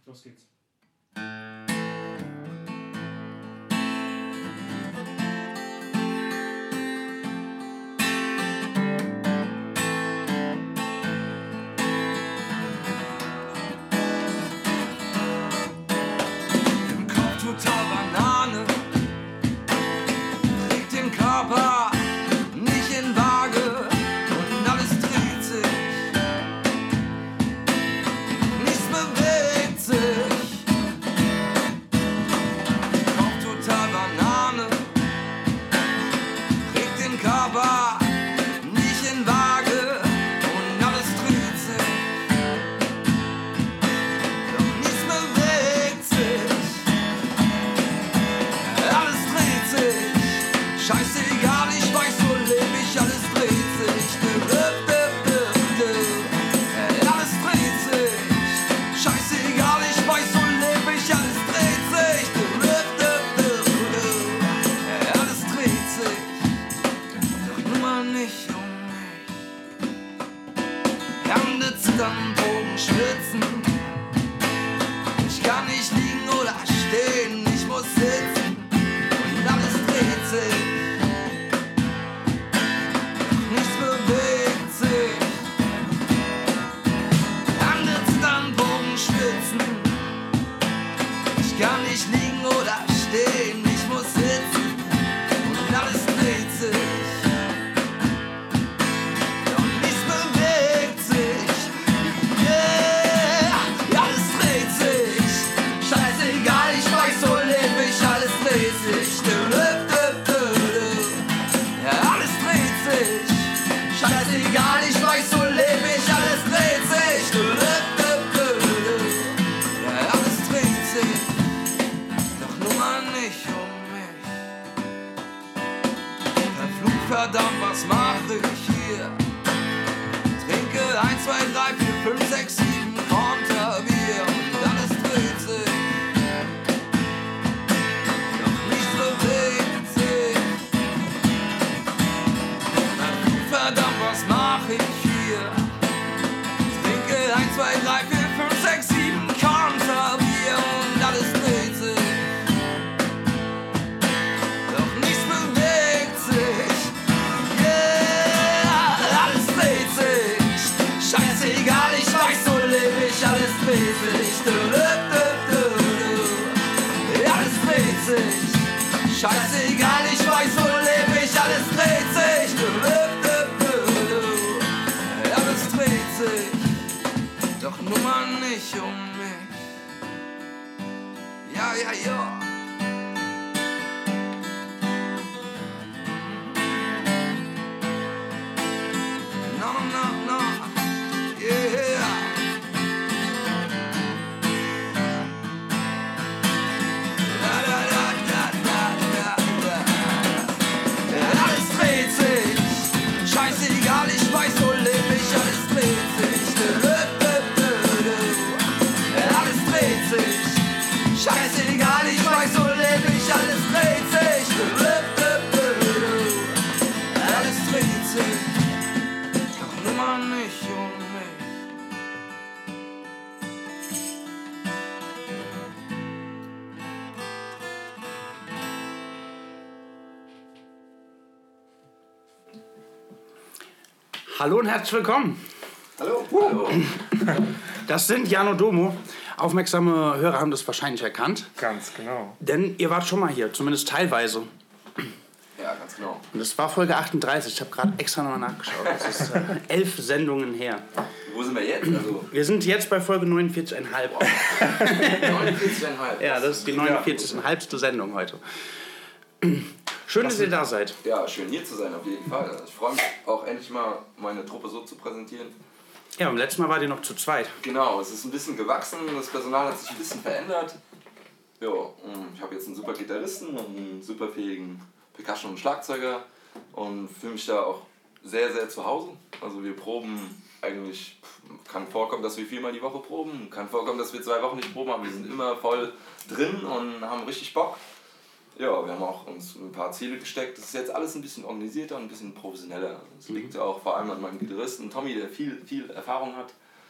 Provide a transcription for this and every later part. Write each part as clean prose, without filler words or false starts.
Los geht's. Im Kopf total Banane, kriegt den Körper nicht in Waage und alles dreht sich, nichts bewegt sich. Kopf total Banane, kriegt den Körper nicht in Waage und alles dreht sich, doch nichts bewegt sich. Alles dreht sich, scheißegal, ich weiß, so leb ich, alles dreht sich. Alles dreht sich, scheißegal, ich weiß, so leb ich, alles dreht sich. Alles dreht sich, doch nur mal nicht um mich. Hände zittern, Bogen schwitzen. Ich kann nicht liegen oder stehen, ich muss sitzen. Und alles dreht sich, doch nichts bewegt sich. Hände zittern, Bogen schwitzen. Ich kann nicht liegen oder stehen, ich muss sitzen. Und alles dreht sich, doch nichts bewegt sich. Yeah, alles dreht sich. Scheißegal, ich weiß, so leb ich, alles dreht sich. Ja, alles dreht sich. Scheißegal, ich weiß, so leb ich, alles dreht sich. Ja, alles dreht sich, doch nur mal nicht um mich. Verflucht, verdammt, was mach ich hier? Trinke 1, 2, 3, 4, 5, 6, 7 Konterbier und alles dreht sich, doch nichts bewegt sich. Verflucht, verdammt, was mach ich hier? Trinke 1, 2, 3, 4, 5, 6, 7 Konterbier und alles dreht sich, doch nichts bewegt sich. Yeah, alles dreht sich. Scheißegal, ich weiß, so leb ich, alles dreht sich. Alles dreht sich. Scheißegal, ich weiß, so leb ich, alles dreht sich. Alles dreht sich, doch nur mal nicht um mich. Ja, ja, ja. No, no, no, yeah. Da, da, da, da, da, da, da. Alles dreht sich, scheißegal, ich weiß, so leb ich, alles dreht sich. Alles dreht sich, scheißegal, ich weiß, so leb ich, alles dreht sich. Alles dreht sich, doch nur mal nicht um mich. Hallo und herzlich willkommen. Hallo. Hallo. Das sind Jan und Domo. Aufmerksame Hörer haben das wahrscheinlich erkannt. Ganz genau. Denn ihr wart schon mal hier, zumindest teilweise. Ja, ganz genau. Und das war Folge 38. Ich habe gerade extra nochmal nachgeschaut. Das ist 11 Sendungen her. Wo sind wir jetzt? Also Wir sind jetzt bei Folge 49,5. 49,5. Ja, das ist die 49,5. Sendung heute. Schön, dass ihr da seid. Ja, schön hier zu sein, auf jeden Fall. Also ich freue mich auch endlich mal, meine Truppe so zu präsentieren. Ja, beim letzten Mal wart ihr noch zu zweit. Genau, es ist ein bisschen gewachsen, das Personal hat sich ein bisschen verändert. Ja, ich habe jetzt einen super Gitarristen und einen super fähigen Percussion- und Schlagzeuger und fühle mich da auch sehr, sehr zu Hause. Also wir proben eigentlich, kann vorkommen, dass wir 4-mal die Woche proben, kann vorkommen, dass wir 2 Wochen nicht proben, aber wir sind immer voll drin und haben richtig Bock. Ja, wir haben auch uns ein paar Ziele gesteckt. Das ist jetzt alles ein bisschen organisierter und ein bisschen professioneller. Das liegt ja auch vor allem an meinem Gitarristen Tommy, der viel Erfahrung hat.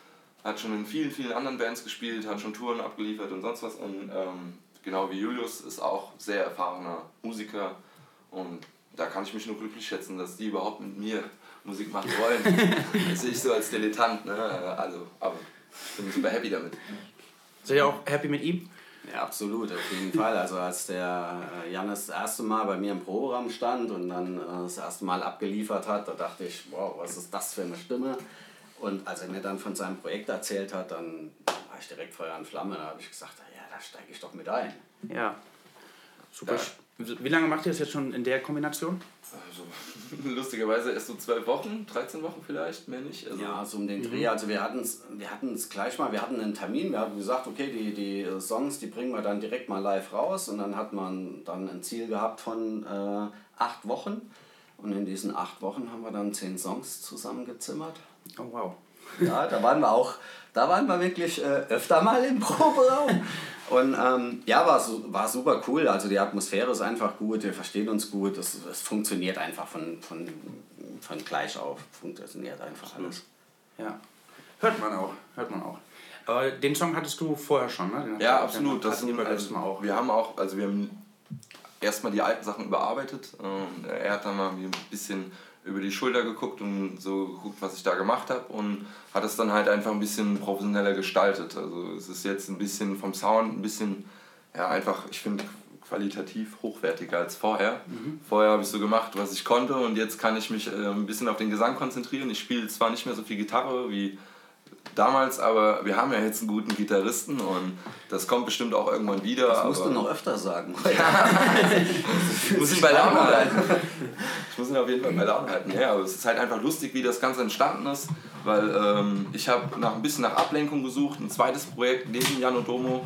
hat schon in vielen, vielen anderen Bands gespielt, hat schon Touren abgeliefert und sonst was. Und genau wie Julius ist auch sehr erfahrener Musiker. Und da kann ich mich nur glücklich schätzen, dass die überhaupt mit mir Musik machen wollen. Das sehe ich so als Dilettant, ne? Also, aber ich bin super happy damit. Seid ihr auch happy mit ihm? Ja, absolut, auf jeden Fall. Also als der Jannis das erste Mal bei mir im Proberaum stand und dann das erste Mal abgeliefert hat, da dachte ich, wow, was ist das für eine Stimme? Und als er mir dann von seinem Projekt erzählt hat, dann war ich direkt Feuer und Flamme. Da habe ich gesagt, ja, da steige ich doch mit ein. Ja, super. Ja. Wie lange macht ihr das jetzt schon in der Kombination? Also, lustigerweise erst so 12 Wochen, 13 Wochen vielleicht, mehr nicht. Also ja, so um den Dreh. Also wir hatten es gleich mal, wir hatten einen Termin, wir haben gesagt, okay, die Songs, die bringen wir dann direkt mal live raus und dann hat man dann ein Ziel gehabt von 8 Wochen und in diesen 8 Wochen haben wir dann 10 Songs zusammengezimmert. Oh wow. Ja, da waren wir wirklich öfter mal im Proberaum. Und ja, war super cool. Also die Atmosphäre ist einfach gut, wir verstehen uns gut. Es funktioniert einfach von gleich auf. Funktioniert einfach alles. Ja. Hört man auch. Aber den Song hattest du vorher schon, ne? Ja, absolut. Das auch. Wir haben erstmal die alten Sachen überarbeitet. Er hat dann mal ein bisschen über die Schulter geguckt und so geguckt, was ich da gemacht habe und hat es dann halt einfach ein bisschen professioneller gestaltet. Also es ist jetzt ein bisschen vom Sound ein bisschen, ja einfach, ich finde, qualitativ hochwertiger als vorher. Vorher habe ich so gemacht, was ich konnte und jetzt kann ich mich ein bisschen auf den Gesang konzentrieren. Ich spiele zwar nicht mehr so viel Gitarre wie damals, aber wir haben ja jetzt einen guten Gitarristen und das kommt bestimmt auch irgendwann wieder. Das musst du noch öfter sagen. Ich muss ihn bei Laune halten. Ich muss ihn auf jeden Fall bei Laune halten. Ja, aber es ist halt einfach lustig, wie das Ganze entstanden ist, weil ich habe ein bisschen nach Ablenkung gesucht, ein zweites Projekt neben Jan und Domo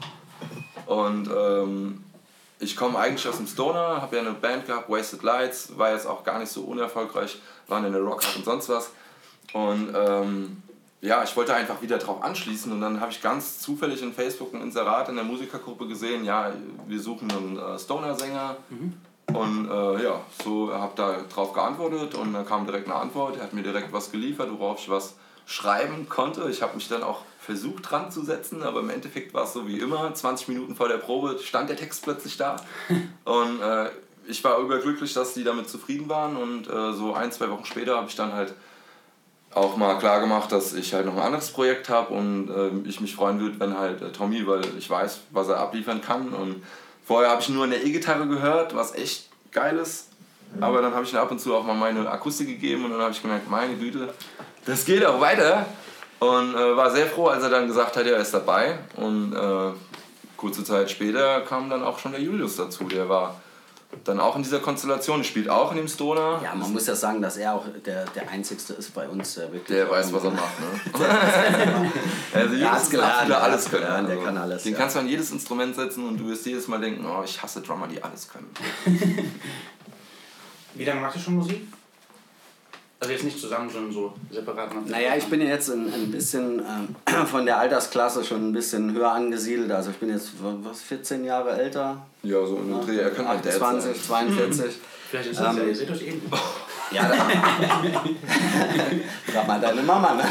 und ich komme eigentlich aus dem Stoner, habe ja eine Band gehabt, Wasted Lights, war jetzt auch gar nicht so unerfolgreich, waren in der Rockhard und sonst was und ja, ich wollte einfach wieder drauf anschließen und dann habe ich ganz zufällig in Facebook ein Inserat in der Musikergruppe gesehen, ja, wir suchen einen Stoner-Sänger und ja, so habe da drauf geantwortet und dann kam direkt eine Antwort, er hat mir direkt was geliefert, worauf ich was schreiben konnte. Ich habe mich dann auch versucht dran zu setzen, aber im Endeffekt war es so wie immer, 20 Minuten vor der Probe stand der Text plötzlich da und ich war überglücklich, dass die damit zufrieden waren und so 1-2 Wochen später habe ich dann halt auch mal klar gemacht, dass ich halt noch ein anderes Projekt habe und ich mich freuen würde, wenn halt Tommy, weil ich weiß, was er abliefern kann und vorher habe ich nur eine E-Gitarre gehört, was echt geil ist, aber dann habe ich ihm ab und zu auch mal meine Akustik gegeben und dann habe ich gemerkt, meine Güte, das geht auch weiter und war sehr froh, als er dann gesagt hat, er ist dabei und kurze Zeit später kam dann auch schon der Julius dazu, der war dann auch in dieser Konstellation, spielt auch in dem Stoner. Ja, man muss ja sagen, dass er auch der Einzigste ist bei uns, der wirklich... Der weiß, was er macht, ne? Also Julius ist gelernt, alles können. Ja, der kann alles. Den kannst du an jedes Instrument setzen und du wirst jedes Mal denken, oh, ich hasse Drummer, die alles können. Wie lange macht ihr schon Musik? Also jetzt nicht zusammen, sondern so separat? Naja, ich bin ja jetzt ein bisschen von der Altersklasse schon ein bisschen höher angesiedelt. Also ich bin jetzt 14 Jahre älter. Ja, so im Dreh. Er kann 28, 42. Vielleicht ist das ja, ihr seht euch ähnlich. Ja, frag mal deine Mama, ne?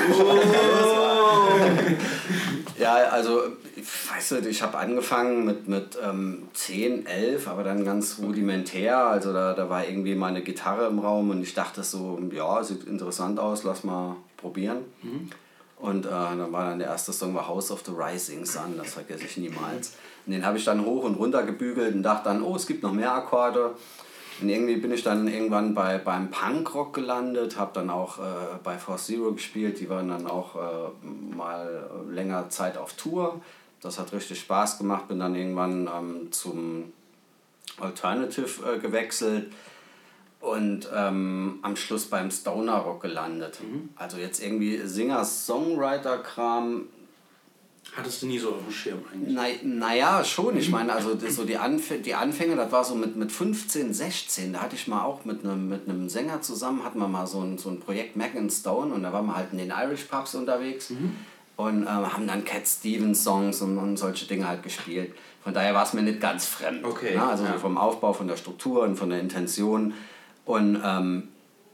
Ja, also, weißt du, ich habe angefangen mit 10, 11, aber dann ganz rudimentär. Also da war irgendwie mal eine Gitarre im Raum und ich dachte so, ja, sieht interessant aus, lass mal probieren. Und dann war dann der erste Song war House of the Rising Sun, das vergesse ich niemals. Und den habe ich dann hoch und runter gebügelt und dachte dann, oh, es gibt noch mehr Akkorde. Und irgendwie bin ich dann irgendwann beim Punkrock gelandet, habe dann auch bei Force Zero gespielt, die waren dann auch mal länger Zeit auf Tour. Das hat richtig Spaß gemacht, bin dann irgendwann zum Alternative gewechselt und am Schluss beim Stoner Rock gelandet. Also jetzt irgendwie Singer-Songwriter-Kram. Hattest du nie so auf dem Schirm eigentlich? Naja, schon. Ich meine, also das, so die Anfänge, das war so mit 15, 16, da hatte ich mal auch mit einem Sänger zusammen, hatten wir mal so ein Projekt Mac & Stone und da waren wir halt in den Irish Pubs unterwegs und haben dann Cat Stevens Songs und solche Dinge halt gespielt. Von daher war es mir nicht ganz fremd. Okay. Ne? Also so vom Aufbau, von der Struktur und von der Intention. Und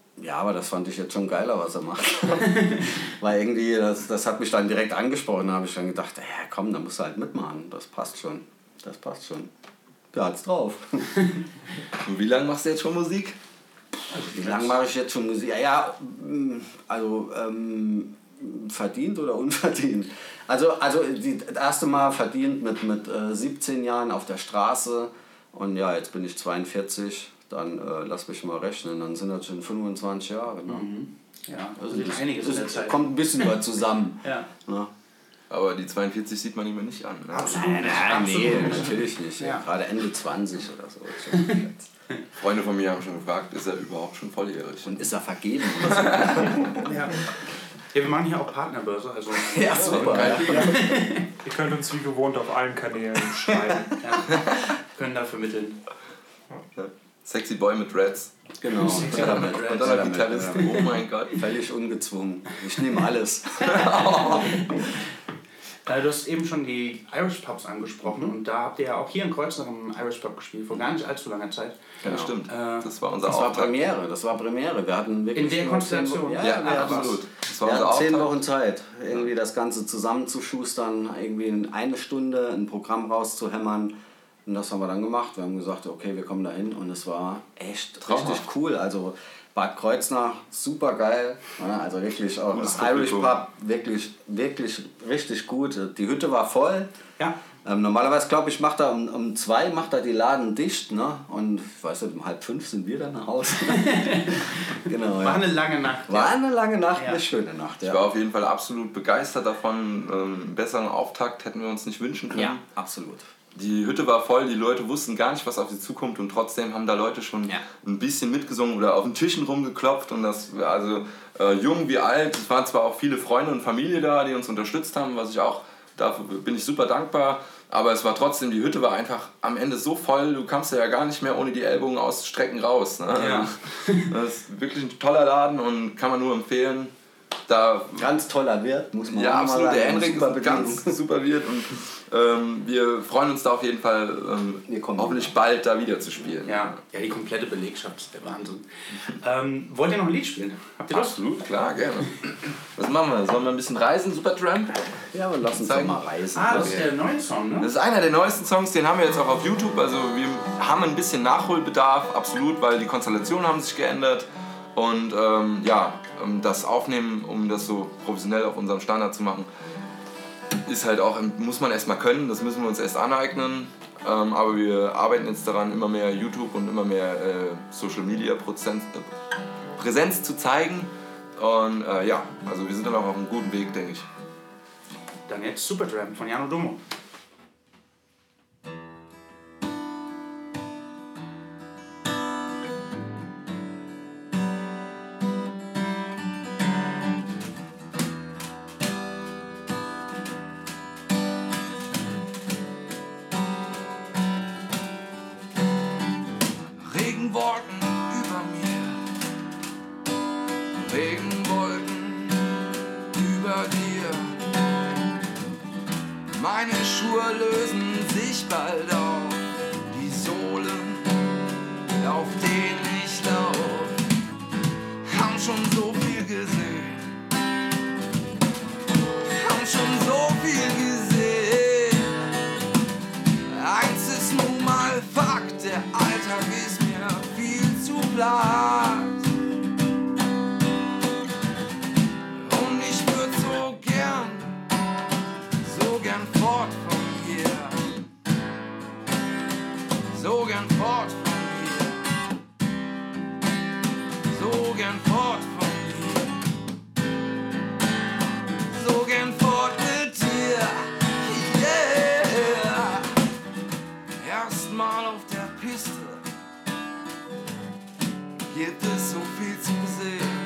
Ja, aber das fand ich jetzt schon geiler, was er macht. Weil irgendwie, das hat mich dann direkt angesprochen. Da habe ich dann gedacht, ja komm, da musst du halt mitmachen. Das passt schon. Der hat's drauf. Und wie lange machst du jetzt schon Musik? Wie lange mache ich jetzt schon Musik? Ja, also verdient oder unverdient? Also das erste Mal verdient mit 17 Jahren auf der Straße. Und ja, jetzt bin ich 42. Dann lass mich mal rechnen, dann sind das schon 25 Jahre. Ne? Mhm. Ja, also einiges in der Zeit. Kommt ein bisschen was zusammen. Ja. Ne? Aber die 42 sieht man ihm nicht an. Ne? Nein, nee, natürlich nicht. Ja. Gerade Ende 20 oder so. Freunde von mir haben schon gefragt, ist er überhaupt schon volljährig? Und ist er vergeben? Ja, wir machen hier auch Partnerbörse. Also ja, super. Ja. Ihr könnt uns wie gewohnt auf allen Kanälen schreiben. Ja. Können da vermitteln. Ja. Sexy Boy mit Dreads. Genau. Und dann der Gitarrist. Oh mein Gott. Völlig ungezwungen. Ich nehme alles. Du hast eben schon die Irish Pubs angesprochen und da habt ihr ja auch hier in Kreuznach im Irish Pub gespielt, vor gar nicht allzu langer Zeit. Ja, stimmt. Das war unser Auftakt. Das war Premiere. Wir hatten wirklich in der Konstellation? Ja, absolut. Das war wir unser hatten 10 Auftakt. Wochen Zeit, irgendwie das Ganze zusammenzuschustern, irgendwie in eine Stunde ein Programm rauszuhämmern. Und das haben wir dann gemacht. Wir haben gesagt, okay, wir kommen da hin und es war echt traumhaft. Richtig cool. Also Bad Kreuznach, super geil. Ja, also wirklich auch Gutes das Irish Publikum. Pub, wirklich richtig gut. Die Hütte war voll. Ja. Normalerweise, glaube ich, macht er um 2 macht er die Laden dicht. Ne? Und ich weiß nicht, um 4:30 sind wir dann nach Hause. Genau, War eine lange Nacht. War eine lange Nacht, Ja. eine schöne Nacht. Ich war auf jeden Fall absolut begeistert davon. Einen besseren Auftakt hätten wir uns nicht wünschen können. Ja, absolut. Die Hütte war voll, die Leute wussten gar nicht, was auf sie zukommt und trotzdem haben da Leute schon ein bisschen mitgesungen oder auf den Tischen rumgeklopft und das, also jung wie alt, es waren zwar auch viele Freunde und Familie da, die uns unterstützt haben, was ich auch, dafür bin ich super dankbar, aber es war trotzdem, die Hütte war einfach am Ende so voll, du kamst ja gar nicht mehr ohne die Ellbogen ausstrecken raus. Ne? Ja. Das ist wirklich ein toller Laden und kann man nur empfehlen. Da Ganz toller Wirt, muss man ja, auch mal absolut. sagen. Der Henrik Super ist ein ganz super Wirt und wir freuen uns da auf jeden Fall, hoffentlich bald da wieder zu spielen. Ja, die komplette Belegschaft ist der Wahnsinn. Wollt ihr noch ein Lied spielen? Habt ihr Lust? Absolut, klar, gerne. Was machen wir? Sollen wir ein bisschen reisen, Supertramp? Ja, aber lass uns doch mal reisen. Das ist der neue Song, ne? Das ist einer der neuesten Songs, den haben wir jetzt auch auf YouTube. Also wir haben ein bisschen Nachholbedarf, absolut, weil die Konstellationen haben sich geändert. Und das Aufnehmen, um das so professionell auf unserem Standard zu machen, ist halt auch, muss man erstmal können, das müssen wir uns erst aneignen. Aber wir arbeiten jetzt daran, immer mehr YouTube und immer mehr Social Media Präsenz zu zeigen. Und also wir sind dann auch auf einem guten Weg, denke ich. Dann jetzt Supertramp von Jano Domo. Regenwolken über mir, Regenwolken über dir. Meine Schuhe lösen sich bald auf, die Sohlen, auf denen ich lauf, haben schon so viel gesehen, haben schon so viel gesehen. Eins ist nun mal Fakt, der Alltag ist mir viel zu platt. Und ich würd so gern fort von hier. So gern fort von hier. So gern fort von hier. So gern fort mit dir. Yeah. Erstmal auf der Piste gibt es so viel zu sehen.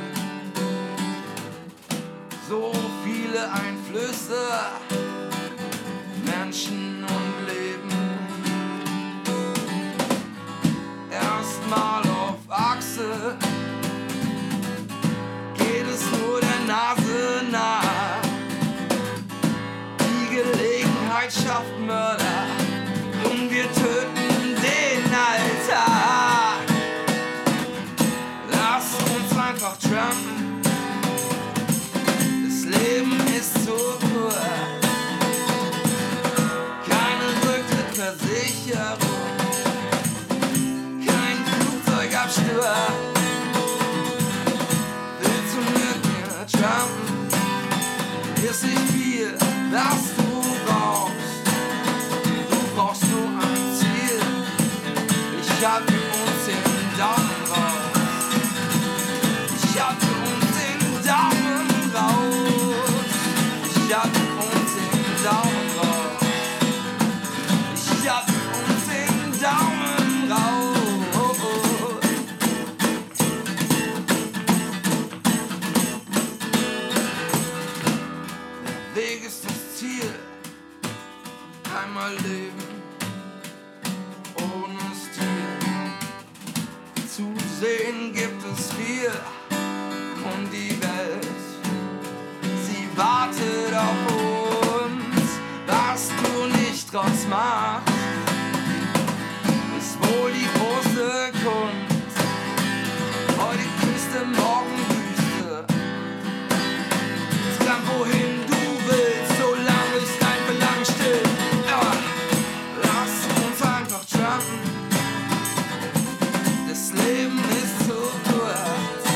So viele Einflüsse, Menschen und Leben. Erstmal auf Achse geht es nur der Nase nah. Die Gelegenheit schafft Mörder und wir töten den Alltag. Lass uns einfach einmal leben ohne Stil. Zu sehen gibt es viel und die Welt, sie wartet auf uns. Was du nicht draus machst, ist wohl die große Kunst. Heute Küste, morgen Wüste. Tramp wohin du willst, solange ist dein Verlangen still. Ja, lass uns einfach jumpen. Das Leben ist zu kurz.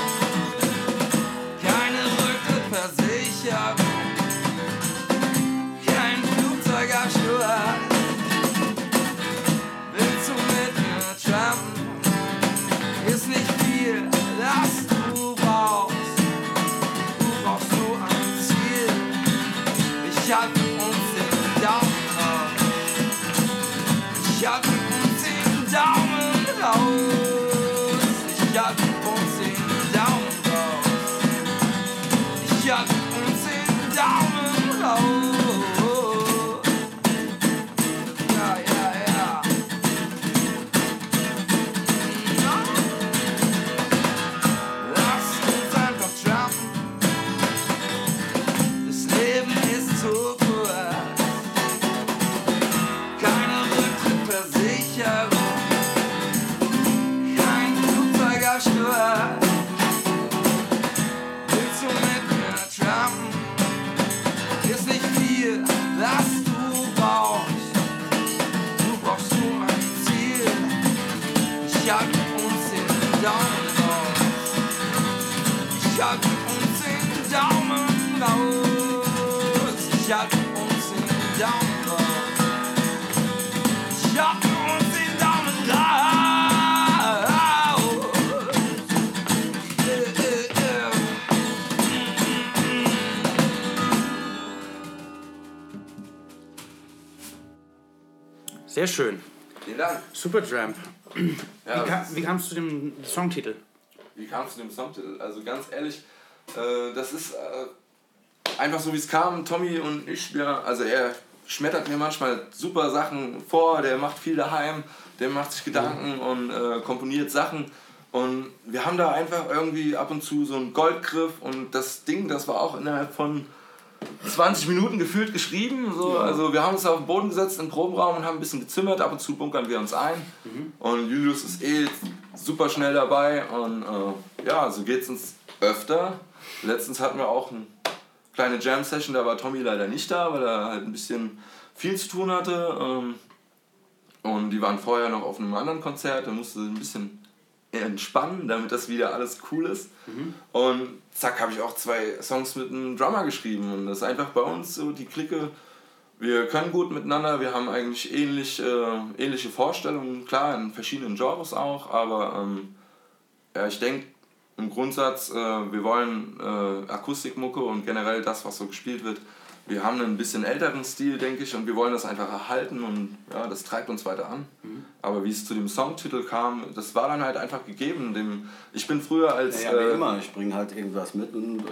Keine Rücktrittversicherung, kein Flugzeugabsturz. Willst du mit mir jumpen? Ist nicht viel, das du brauchst. Du brauchst so ein Ziel. Ich halte uns den Daumen raus. Ich halte uns den Daumen raus. Ich halte uns den Daumen raus. Ich halte uns den Daumen raus. Ja, ja, ja. Lass uns einfach jumpen. Das Leben ist zu kurz. Keine Rücktrittversicherung, kein Flugzeugabsturz. Willst du mit mir jumpen? Ist nicht viel, was du brauchst. Du brauchst nur ein Ziel. Ich halte uns den Daumen raus. Ich halte uns den Daumen raus. Ich halte uns den Daumen raus. Ich halte uns den Daumen raus. Sehr schön. Vielen Dank. Supertramp. Ja, Wie kamst du zu dem Songtitel? Wie kam es zu dem Songtitel? Also ganz ehrlich, das ist einfach so wie es kam. Tommy und ich, also er schmettert mir manchmal super Sachen vor, der macht viel daheim, der macht sich Gedanken und komponiert Sachen. Und wir haben da einfach irgendwie ab und zu so einen Goldgriff und das Ding, das war auch innerhalb von 20 Minuten gefühlt geschrieben. So. Also wir haben uns auf den Boden gesetzt im Probenraum und haben ein bisschen gezimmert. Ab und zu bunkern wir uns ein. Und Julius ist super schnell dabei. Und ja, so geht es uns öfter. Letztens hatten wir auch eine kleine Jam-Session, da war Tommy leider nicht da, weil er halt ein bisschen viel zu tun hatte. Und die waren vorher noch auf einem anderen Konzert. Da musste ein bisschen entspannen, damit das wieder alles cool ist. Und zack, habe ich auch 2 Songs mit einem Drummer geschrieben. Und das ist einfach bei uns so die Clique. Wir können gut miteinander, wir haben eigentlich ähnliche Vorstellungen, klar, in verschiedenen Genres auch, aber ja, ich denke im Grundsatz, wir wollen Akustikmucke und generell das, was so gespielt wird. Wir haben einen bisschen älteren Stil, denke ich, und wir wollen das einfach erhalten und ja, das treibt uns weiter an. Aber wie es zu dem Songtitel kam, das war dann halt einfach gegeben. Ich bin früher als... Ja, wie immer, ich bringe halt irgendwas mit und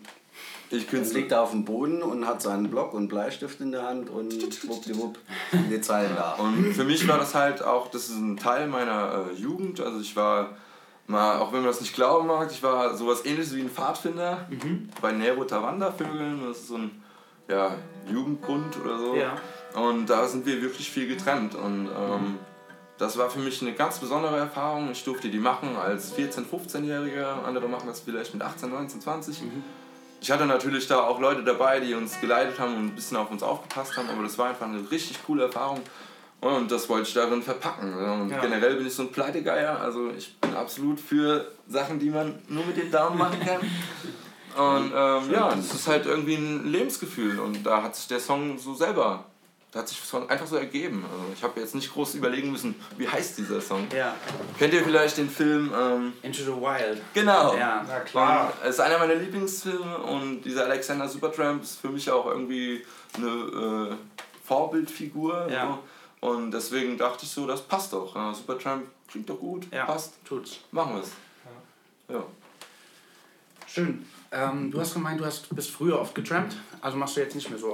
er liegt da auf dem Boden und hat seinen Block und Bleistift in der Hand und schwuppdiwupp sind die Zeilen da. Und für mich war das halt auch, das ist ein Teil meiner Jugend, also ich war mal, auch wenn man das nicht glauben mag, ich war sowas ähnliches wie ein Pfadfinder bei Nero-Tawanda-Vögeln, das ist so ein Jugendbund oder so. Ja. Und da sind wir wirklich viel getrennt. Und das war für mich eine ganz besondere Erfahrung. Ich durfte die machen als 14-, 15-Jähriger. Andere machen das vielleicht mit 18, 19, 20. Ich hatte natürlich da auch Leute dabei, die uns geleitet haben und ein bisschen auf uns aufgepasst haben. Aber das war einfach eine richtig coole Erfahrung. Und das wollte ich darin verpacken. Und generell bin ich so ein Pleitegeier. Also ich bin absolut für Sachen, die man nur mit den Daumen machen kann. Und ja, das ist halt irgendwie ein Lebensgefühl und da hat sich der Song so selber, da hat sich einfach so ergeben. Also ich habe jetzt nicht groß überlegen müssen, wie heißt dieser Song. Ja. Kennt ihr vielleicht den Film Into the Wild? Genau. Ja. Na klar. Es ist einer meiner Lieblingsfilme und dieser Alexander Supertramp ist für mich auch irgendwie eine Vorbildfigur. Ja. So. Und deswegen dachte ich so, das passt doch. Supertramp klingt doch gut, Ja, passt. tut's. Machen wir es. Ja. Schön. Du hast gemeint, bist früher oft getrampt, also machst du jetzt nicht mehr so oft.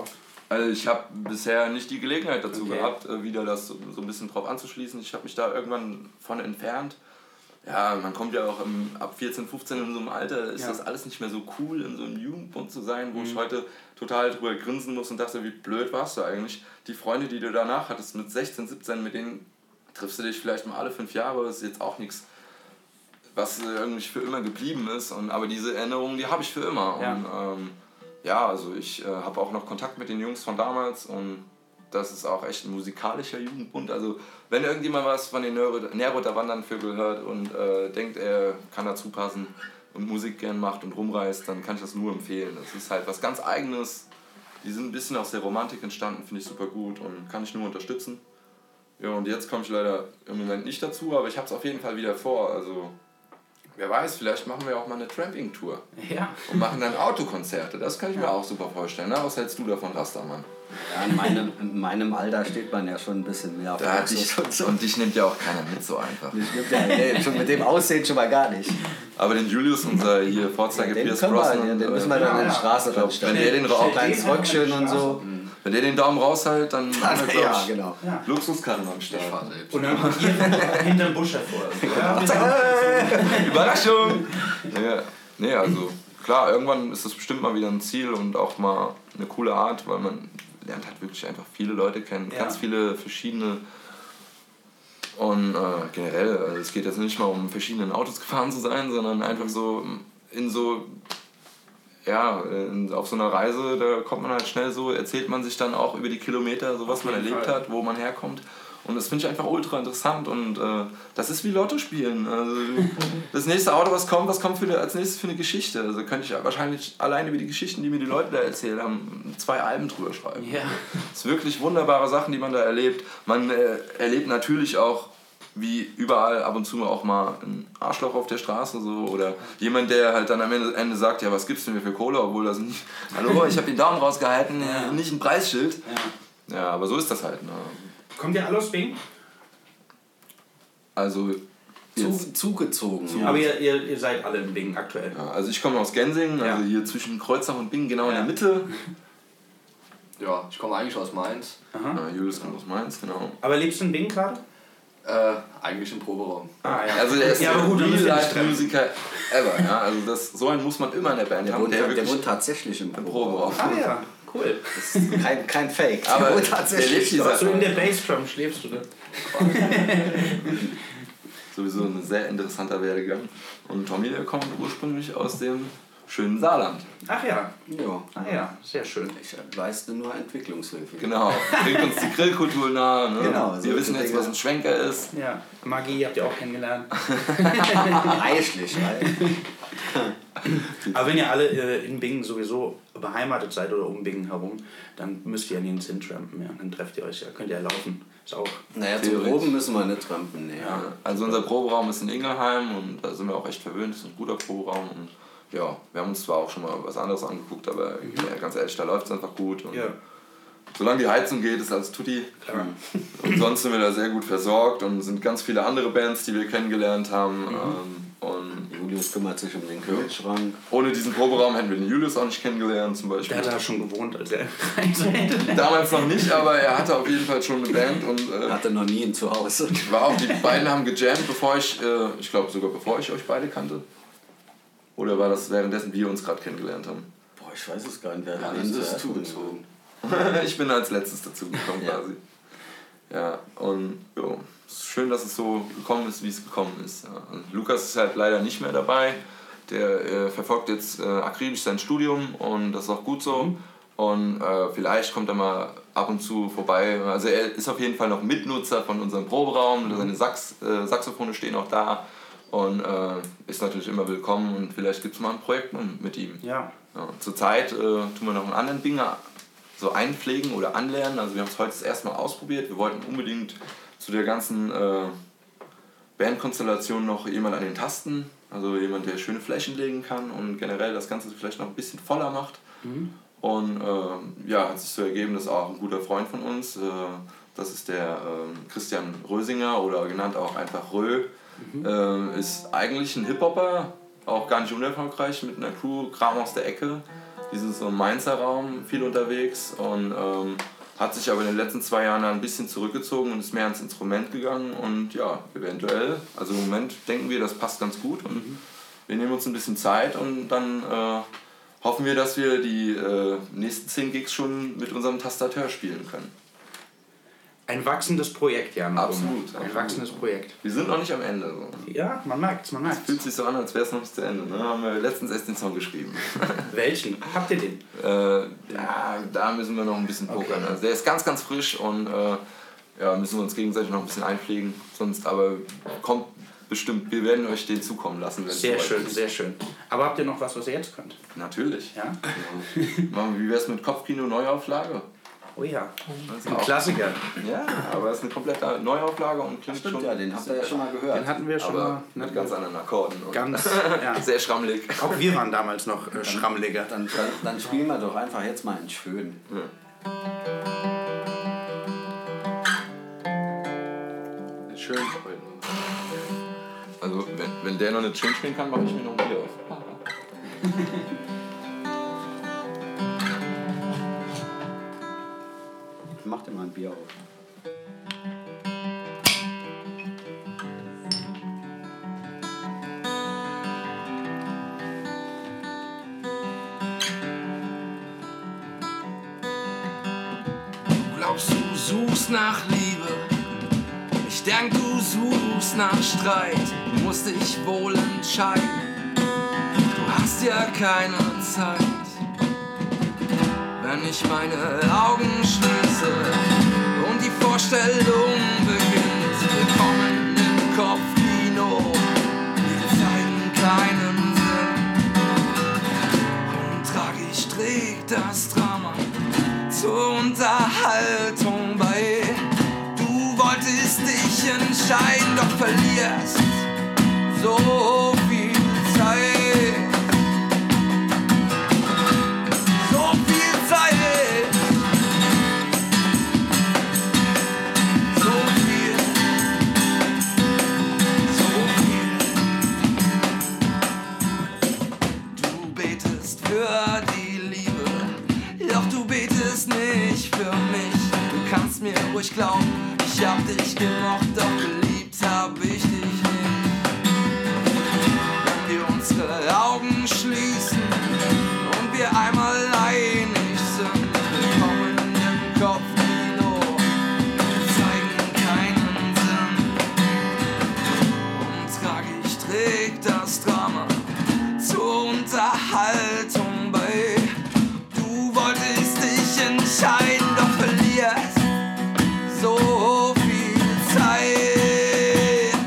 Also ich habe bisher nicht die Gelegenheit dazu gehabt, wieder das so ein bisschen drauf anzuschließen. Ich habe mich da irgendwann von entfernt. Ja, man kommt ja auch ab 14, 15 in so einem Alter, ist das alles nicht mehr so cool, in so einem Jugendbund zu sein, wo ich heute total drüber grinsen muss und dachte, wie blöd warst du eigentlich. Die Freunde, die du danach hattest, mit 16, 17, mit denen triffst du dich vielleicht mal alle 5 Jahre, das ist jetzt auch nichts, was irgendwie für immer geblieben ist. Aber diese Erinnerungen, die habe ich für immer. Ja. Und also ich habe auch noch Kontakt mit den Jungs von damals und das ist auch echt ein musikalischer Jugendbund. Also wenn irgendjemand was von den Neroter Wandernvögel hört und denkt, er kann dazu passen und Musik gern macht und rumreist, dann kann ich das nur empfehlen. Das ist halt was ganz Eigenes. Die sind ein bisschen aus der Romantik entstanden, finde ich super gut und kann ich nur unterstützen. Ja, und jetzt komme ich leider im Moment nicht dazu, aber ich habe es auf jeden Fall wieder vor. Also wer weiß, vielleicht machen wir auch mal eine Tramping-Tour. Ja. Und machen dann Autokonzerte. Das kann ich mir auch super vorstellen. Ne? Was hältst du davon, Rastermann? Ja, in meinem Alter steht man ja schon ein bisschen mehr auf Und dich nimmt ja auch keiner mit so einfach. Schon mit dem Aussehen schon mal gar nicht. Aber den Julius, unser hier Vorzeige-Pierce Brosnan, den müssen wir dann in die Straße wenn der den Rauch kleines Röckchen und so. Wenn der den Daumen raushält, dann haben wir, Ja, genau. Luxuskarren am Start. Und dann kommt ihr hinterm Busch hervor. Überraschung! Ja, nee, also klar, irgendwann ist das bestimmt mal wieder ein Ziel und auch mal eine coole Art, weil man lernt halt wirklich einfach viele Leute kennen, ganz viele verschiedene. Und generell, also es geht jetzt nicht mal um verschiedenen Autos gefahren zu sein, sondern einfach so auf so einer Reise, da kommt man halt schnell so, erzählt man sich dann auch über die Kilometer, so was man erlebt hat, wo man herkommt. Und das finde ich einfach ultra interessant und das ist wie Lotto spielen. Also, das nächste Auto, was kommt als nächstes für eine Geschichte? Also könnte ich wahrscheinlich allein über die Geschichten, die mir die Leute da erzählt haben, 2 Alben drüber schreiben. Ja. Es sind wirklich wunderbare Sachen, die man da erlebt. Man erlebt natürlich auch, wie überall ab und zu auch mal ein Arschloch auf der Straße so oder jemand, der halt dann am Ende sagt, ja, was gibst du mir für Kohle, obwohl das nicht, hallo, ich habe den Daumen rausgehalten, nicht ein Preisschild. Ja, aber so ist das halt. Ne? Kommt ihr alle aus Bingen? Also Zugezogen. Ja. Aber ihr seid alle in Bingen aktuell. Ja, also ich komme aus Gensingen, also hier zwischen Kreuznach und Bingen, genau in der Mitte. Ja, ich komme eigentlich aus Mainz. Julius kommt aus Mainz, genau. Aber lebst du in Bingen gerade? Eigentlich im Proberaum. Ah, ja. Also der ist der gut, Real-Life-Musiker ever. Ja? Also so einen muss man immer in der Band haben. Der wohnt tatsächlich im Proberaum. Ah ja, cool. Das ist kein Fake. Aber der wohnt tatsächlich. So in der Bassdrum schläfst du da. Sowieso ein sehr interessanter Werdegang. Und Tommy, der kommt ursprünglich aus dem schönen Saarland. Ach ja. Ja. Ah ja, sehr schön. Ich leiste nur Entwicklungshilfe. Genau. Bringt uns die Grillkultur nahe. Ne? Genau, Wir wissen jetzt, was ein Schwenker ist. Ja. Magie habt ihr auch kennengelernt. Reichlich, Aber wenn ihr alle in Bingen sowieso beheimatet seid oder um Bingen herum, dann müsst ihr ja nirgends hintrampen. Ja. Dann trefft ihr euch ja, könnt ihr ja laufen. Ist auch Naja, zum Proben müssen wir nicht trampen. Nee. Ja. Also unser Proberaum ist in Ingelheim und da sind wir auch echt verwöhnt. Das ist ein guter Proberaum. Und ja, wir haben uns zwar auch schon mal was anderes angeguckt, aber ganz ehrlich, da läuft es einfach gut. Und solange die Heizung geht, ist alles tutti. klar. Und sonst sind wir da sehr gut versorgt und sind ganz viele andere Bands, die wir kennengelernt haben. Und Julius kümmert sich um den Kühlschrank. ohne diesen Proberaum hätten wir den Julius auch nicht kennengelernt zum Beispiel. Der hat da schon gewohnt, als er rein seid. Damals noch nicht, aber er hatte auf jeden Fall schon eine Band und Hatte noch nie ein Zuhause. war auch, die beiden haben gejammt, bevor ich glaube sogar bevor ich euch beide kannte. Oder war das währenddessen wir uns gerade kennengelernt haben? Boah, ich weiß es gar nicht, wer Das ist zugezogen. Ich bin als letztes dazu gekommen quasi. Ja, und jo, es ist schön, dass es so gekommen ist, wie es gekommen ist. Ja. Und Lukas ist halt leider nicht mehr dabei. Der verfolgt jetzt akribisch sein Studium und das ist auch gut so. Und vielleicht kommt er mal ab und zu vorbei. Also er ist auf jeden Fall noch Mitnutzer von unserem Proberaum. Seine Saxophone stehen auch da. Und ist natürlich immer willkommen und vielleicht gibt es mal ein Projekt mit ihm. Ja. Ja, zurzeit tun wir noch einen anderen Binger so einpflegen oder anlernen. Also wir haben es heute das erste Mal ausprobiert. Wir wollten unbedingt zu der ganzen Bandkonstellation noch jemand an den Tasten. Also jemand, der schöne Flächen legen kann und generell das Ganze vielleicht noch ein bisschen voller macht. Und hat sich so ergeben, dass auch ein guter Freund von uns, das ist der Christian Rösinger oder genannt auch einfach Rö, ist eigentlich ein Hip-Hopper, auch gar nicht unerfolgreich, mit einer Crew, Kram aus der Ecke. Die sind so im Mainzer Raum viel unterwegs und hat sich aber in den letzten 2 Jahren ein bisschen zurückgezogen und ist mehr ans Instrument gegangen. Und ja, eventuell, also im Moment denken wir, das passt ganz gut und wir nehmen uns ein bisschen Zeit und dann hoffen wir, dass wir die nächsten 10 Gigs schon mit unserem Tastateur spielen können. Ein wachsendes Projekt, Jan. Absolut. Ein wachsendes Projekt. Wir sind noch nicht am Ende. So. Ja, man merkt's, man merkt's. Fühlt sich so an, als wäre es noch nicht zu Ende. Ne? Haben wir letztens erst den Song geschrieben. Welchen? Habt ihr den? Ja, da müssen wir noch ein bisschen pokern. Also der ist ganz, ganz frisch und ja, müssen wir uns gegenseitig noch ein bisschen einpflegen. Sonst aber kommt bestimmt, wir werden euch den zukommen lassen. Sehr schön, sehr schön. Aber habt ihr noch was ihr jetzt könnt? Natürlich. Ja? Wie wär's mit Kopfkino Neuauflage? Oh ja, Das ist ein auch- Klassiker. Ja, aber es ist eine komplette Neuauflage und klingt Stimmt, schon. ja, den habt ihr ja schon mal gehört. Den hatten wir schon aber mal. mit ganz anderen Akkorden. Und Ganz, ja. sehr schrammelig. Auch wir waren damals noch schrammeliger. Dann spielen wir doch einfach jetzt mal in Schön. Schön. Also, wenn der noch nicht schön spielen kann, mache ich mir noch ein Bier auf. Mach dir mal ein Bier auf. Du glaubst, du suchst nach Liebe. Ich denk, du suchst nach Streit. Du musst dich wohl entscheiden. Du hast ja keine Zeit. Wenn ich meine Augen schließe und die Vorstellung beginnt, willkommen im Kopfkino. Wir zeigen keinen Sinn und tragisch trägt das Drama zur Unterhaltung bei. Du wolltest dich entscheiden, doch verlierst so viel Zeit. So viel Zeit. So viel. So viel. Du betest für die Liebe, doch du betest nicht für mich. Du kannst mir ruhig glauben, ich hab dich gemocht, doch geliebt hab ich dich nicht. Wenn wir unsere Augen schließen und wir einmal einig sind, willkommen im Kopfkino, wir zeigen keinen Sinn. Und tragisch trägt das Drama zur Unterhaltung bei. Du wolltest dich entscheiden, doch verlierst so viel Zeit.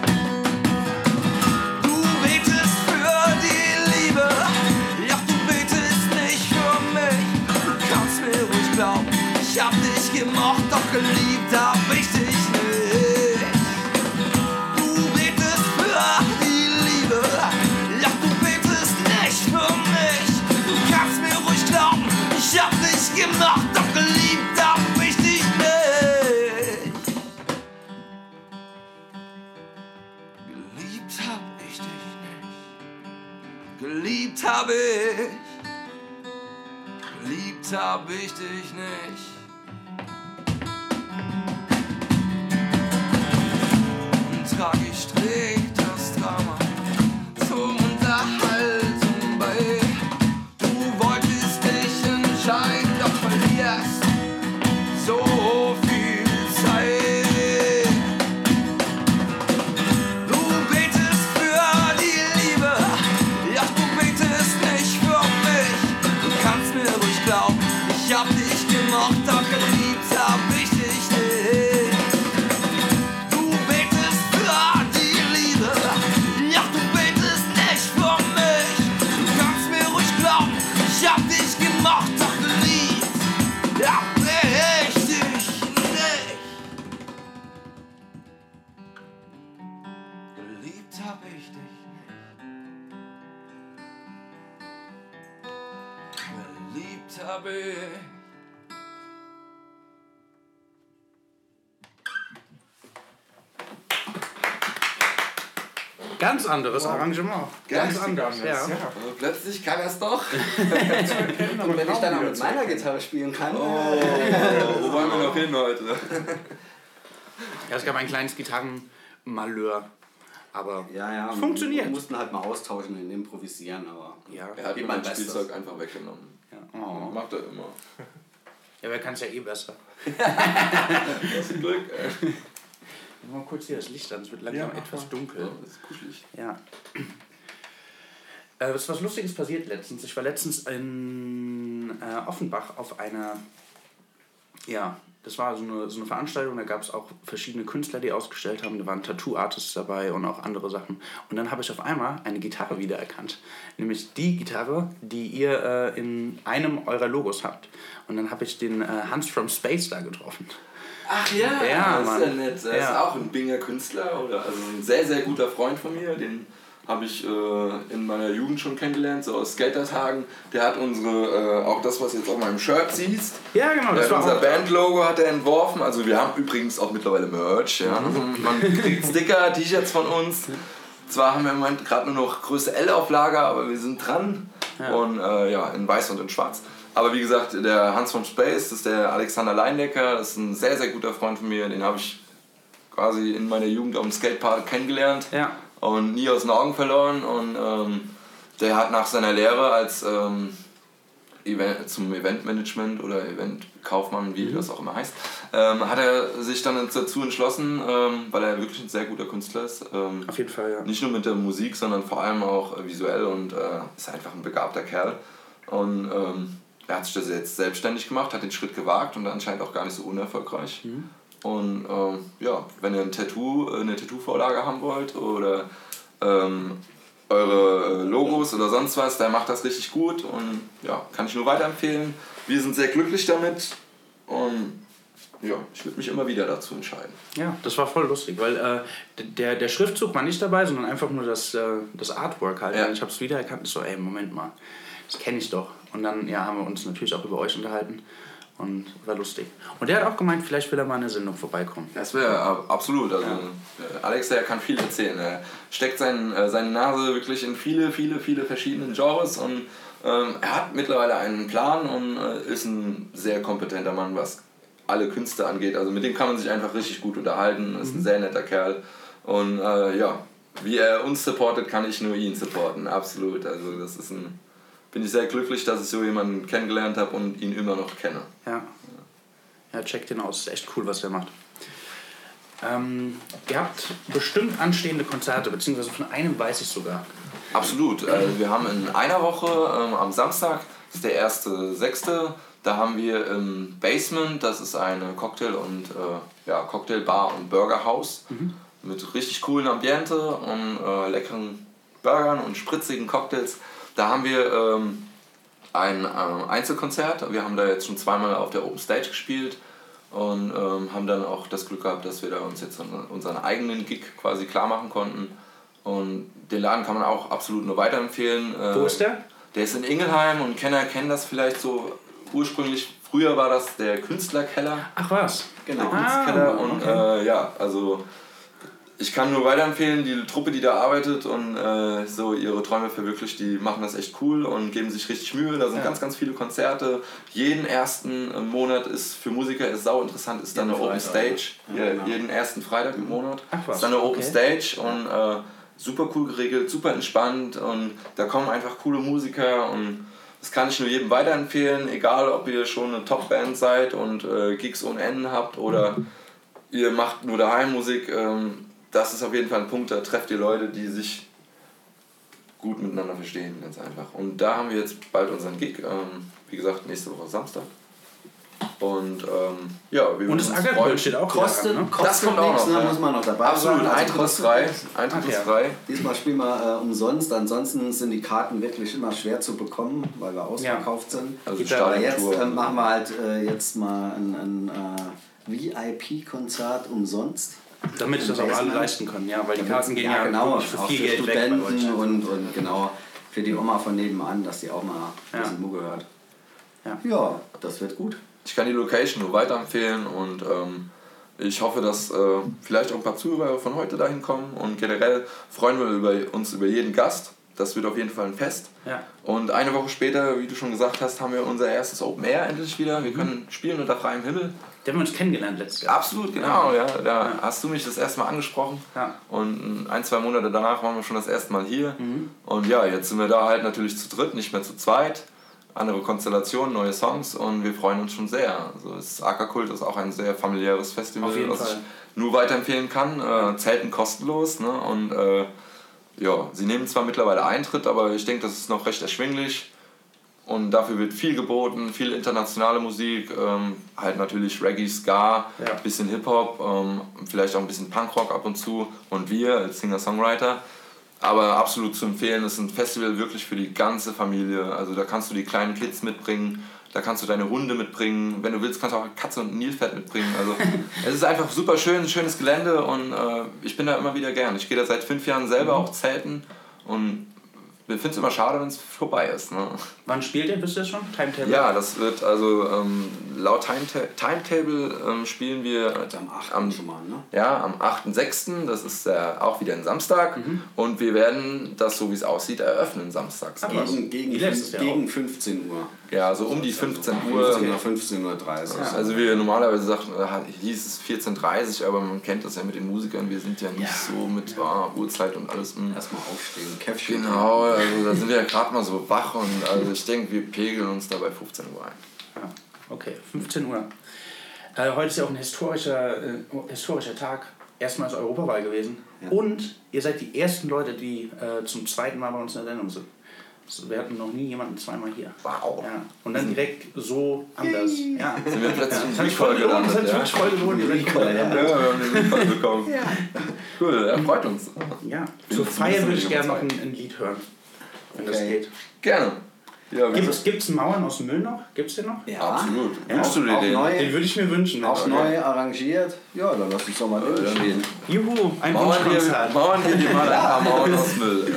Du betest für die Liebe, doch du betest nicht für mich. Du kannst mir ruhig glauben, ich hab dich gemocht, doch geliebt hab ich dich nicht. Du betest für die Liebe, doch du betest nicht für mich. Du kannst mir ruhig glauben, ich hab dich gemocht, doch geliebt hab ich dich nicht. Geliebt hab ich dich nicht. Geliebt hab ich. Geliebt hab ich dich nicht. Und tragisch trägt das Drama zur Unterhaltung bei. Du wolltest dich entscheiden, doch verlierst so viel Zeit. Du betest für die Liebe, doch du betest nicht für mich. Du kannst mir ruhig glauben, ich hab dich gemocht, doch geliebt hab ich dich nicht. Du betest für die Liebe, doch du betest nicht für mich. Du kannst mir ruhig glauben, ich hab dich gemocht, doch geliebt hab ich dich nicht. Geliebt hab ich dich nicht. Geliebt hab ich. Ganz anderes Arrangement. Ganz anderes, ja. Also plötzlich kann er es doch. Und wenn ich dann auch mit meiner Gitarre spielen kann. Wo wollen wir noch hin heute? Ja, es gab ein kleines Gitarrenmalheur. Aber Ja, funktioniert. Wir mussten halt mal austauschen und improvisieren, aber ja. Er hat mir mein mein Spielzeug einfach weggenommen. Ja. Oh. Macht er immer. Ja, wer kann es ja eh besser. Das ist Glück. Mal kurz hier das Licht an, es wird langsam etwas dunkel. Ja, das ist kuschelig. Ja. Es ist was Lustiges passiert letztens. Ich war letztens in Offenbach auf einer, ja, das war so eine Veranstaltung, da gab es auch verschiedene Künstler, die ausgestellt haben. Da waren Tattoo-Artists dabei und auch andere Sachen. Und dann habe ich auf einmal eine Gitarre wiedererkannt. Nämlich die Gitarre, die ihr in einem eurer Logos habt. Und dann habe ich den Hans from Space da getroffen. Ach ja, Ja, das ist Mann. ja nett. Er ist auch ein Binger Künstler, oder also ein sehr, sehr guter Freund von mir. Den habe ich in meiner Jugend schon kennengelernt, so aus Skatertagen. Der hat unsere, auch das, was jetzt auf meinem Shirt siehst. Ja, genau, das war unser auch Bandlogo hat er entworfen. Also wir haben übrigens auch mittlerweile Merch. Ja. Man kriegt Sticker, T-Shirts von uns. Zwar haben wir im Moment gerade nur noch Größe L auf Lager, aber wir sind dran. Ja. Und in weiß und in schwarz. Aber wie gesagt, der Hans vom Space, das ist der Alexander Leindecker, das ist ein sehr, sehr guter Freund von mir. Den habe ich quasi in meiner Jugend auf dem Skatepark kennengelernt Ja. und nie aus den Augen verloren. Und der hat nach seiner Lehre als zum Eventmanagement oder Eventkaufmann, wie das auch immer heißt, hat er sich dann dazu entschlossen, weil er wirklich ein sehr guter Künstler ist. Auf jeden Fall, ja. Nicht nur mit der Musik, sondern vor allem auch visuell und ist einfach ein begabter Kerl. Und er hat sich das jetzt selbstständig gemacht, hat den Schritt gewagt und anscheinend auch gar nicht so unerfolgreich. Und wenn ihr eine Tattoo-Vorlage haben wollt oder eure Logos oder sonst was, der macht das richtig gut und ja, kann ich nur weiterempfehlen. Wir sind sehr glücklich damit und ja, ich würde mich immer wieder dazu entscheiden. Ja, das war voll lustig, weil der Schriftzug war nicht dabei, sondern einfach nur das Artwork halt. Ja. Und ich habe es wiedererkannt und so, ey, Moment mal, das kenne ich doch. Und dann haben wir uns natürlich auch über euch unterhalten und war lustig. Und der hat auch gemeint, vielleicht will er mal in eine Sendung vorbeikommen. Das wäre absolut. Also Alex, der kann viel erzählen. Er steckt seine Nase wirklich in viele, viele, viele verschiedene Genres und er hat mittlerweile einen Plan und ist ein sehr kompetenter Mann, was alle Künste angeht. Also mit dem kann man sich einfach richtig gut unterhalten. Ist ein sehr netter Kerl. Und wie er uns supportet, kann ich nur ihn supporten. Absolut. Also das ist bin ich sehr glücklich, dass ich so jemanden kennengelernt habe und ihn immer noch kenne. Ja, checkt ihn aus. Ist echt cool, was der macht. Ihr habt bestimmt anstehende Konzerte, beziehungsweise von einem weiß ich sogar. Absolut. Wir haben in einer Woche am Samstag, das ist der 1.6., da haben wir im Basement, das ist eine Cocktail- und Cocktailbar und Burgerhaus mit richtig coolen Ambiente und leckeren Burgern und spritzigen Cocktails. Da haben wir ein Einzelkonzert. Wir haben da jetzt schon zweimal auf der Open Stage gespielt und haben dann auch das Glück gehabt, dass wir da uns jetzt unseren eigenen Gig quasi klar machen konnten. Und den Laden kann man auch absolut nur weiterempfehlen. Wo ist der? Der ist in Ingelheim und Kenner kennen das vielleicht so ursprünglich. Früher war das der Künstlerkeller. Ach was? Genau. Künstlerkeller und okay. also ich kann nur weiterempfehlen, die Truppe, die da arbeitet und so ihre Träume verwirklicht, die machen das echt cool und geben sich richtig Mühe. Da sind ganz, ganz viele Konzerte. Jeden ersten Monat ist für Musiker sau interessant, ist dann eine Open Stage. Jeden ersten Freitag im Monat ist dann eine Open Stage und super cool geregelt, super entspannt und da kommen einfach coole Musiker und das kann ich nur jedem weiterempfehlen, egal ob ihr schon eine Top-Band seid und Gigs ohne Ende habt oder ihr macht nur daheim Musik. Das ist auf jeden Fall ein Punkt, da trefft ihr Leute, die sich gut miteinander verstehen, ganz einfach. Und da haben wir jetzt bald unseren Gig, wie gesagt, nächste Woche Samstag. Und und das Ackerbrot steht auch Kostet, wieder an, ne? Das kommt auch noch, ne? ja. Muss man noch dabei Absolut, sein. eintrittsfrei. Diesmal spielen wir umsonst, ansonsten sind die Karten wirklich immer schwer zu bekommen, weil wir ausverkauft sind. Also Aber jetzt Stadiontour. machen wir halt jetzt mal ein VIP-Konzert umsonst. Damit das auch alle leisten können, ja, weil die Karten gehen ja genau, wirklich für auch viel für Geld weg bei Studenten euch. und genau für die Oma von nebenan, dass die auch mal ein bisschen Mucke hört. Ja, das wird gut. Ich kann die Location nur weiterempfehlen und ich hoffe, dass vielleicht auch ein paar Zuhörer von heute dahin kommen und generell freuen wir uns über jeden Gast. Das wird auf jeden Fall ein Fest. Ja. Und eine Woche später, wie du schon gesagt hast, haben wir unser erstes Open Air endlich wieder. Wir können spielen unter freiem Himmel. Da haben wir uns kennengelernt letztes Jahr. Absolut, genau. Ja. Da hast du mich das erste Mal angesprochen. Ja. Und 1-2 Monate danach waren wir schon das erste Mal hier. Und ja, jetzt sind wir da halt natürlich zu dritt, nicht mehr zu zweit. Andere Konstellationen, neue Songs und wir freuen uns schon sehr. Also das AK-Kult ist auch ein sehr familiäres Festival, was ich nur weiterempfehlen kann. Zelten kostenlos, ne? Und ja, sie nehmen zwar mittlerweile Eintritt, aber ich denke, das ist noch recht erschwinglich. Und dafür wird viel geboten, viel internationale Musik, halt natürlich Reggae, Ska, bisschen Hip-Hop, vielleicht auch ein bisschen Punkrock ab und zu und wir als Singer-Songwriter. Aber absolut zu empfehlen, es ist ein Festival wirklich für die ganze Familie. Also da kannst du die kleinen Kids mitbringen, da kannst du deine Hunde mitbringen. Wenn du willst, kannst du auch eine Katze und ein Nilpferd mitbringen. Also es ist einfach super schön, ein schönes Gelände und ich bin da immer wieder gern. Ich gehe da seit 5 Jahren selber auch zelten und ich finde es immer schade, wenn es vorbei ist. Ne? Wann spielt ihr? Wisst ihr das schon? Timetable? Ja, das wird also laut Timetable spielen wir am 8. schon mal, ne? Ja, am 8.6., das ist auch wieder ein Samstag und wir werden das, so wie es aussieht, eröffnen samstags. Gegen 15 Uhr. Ja, so um die 15 Uhr. 15 Uhr 30. Ja, also wir normalerweise sagten, hieß es 14.30 Uhr, aber man kennt das ja mit den Musikern, wir sind ja nicht so mit Uhrzeit und alles. Erstmal aufstehen, Käffchen. Genau, also da sind wir ja gerade mal so wach und also ich denke, wir pegeln uns da bei 15 Uhr ein. Ja, okay, 15 Uhr. Heute ist ja auch ein historischer Tag. Erstmals Europawahl gewesen. Ja. Und ihr seid die ersten Leute, die zum zweiten Mal bei uns in der Sendung sind. Wir hatten noch nie jemanden zweimal hier. Wow. Ja. Und dann direkt so anders. Ja. Sind wir plötzlich das hat voll gelohnt. Das hat wirklich voll gelohnt. Wir haben den Recall bekommen. Ja. Cool, er freut uns. Ja. Zur Feier würde ich gerne noch ein Lied hören, wenn das geht. Gerne. Ja, Gibt's Mauern aus Müll noch? Gibt's den noch? Ja, absolut. Ja. Wünschst du dir den? Den würde ich mir wünschen. Auch neu arrangiert. Ja, dann lass uns doch mal spielen. Juhu, ein Wunschkonzert. Mauern wir dir mal ein paar Mauern aus Müll.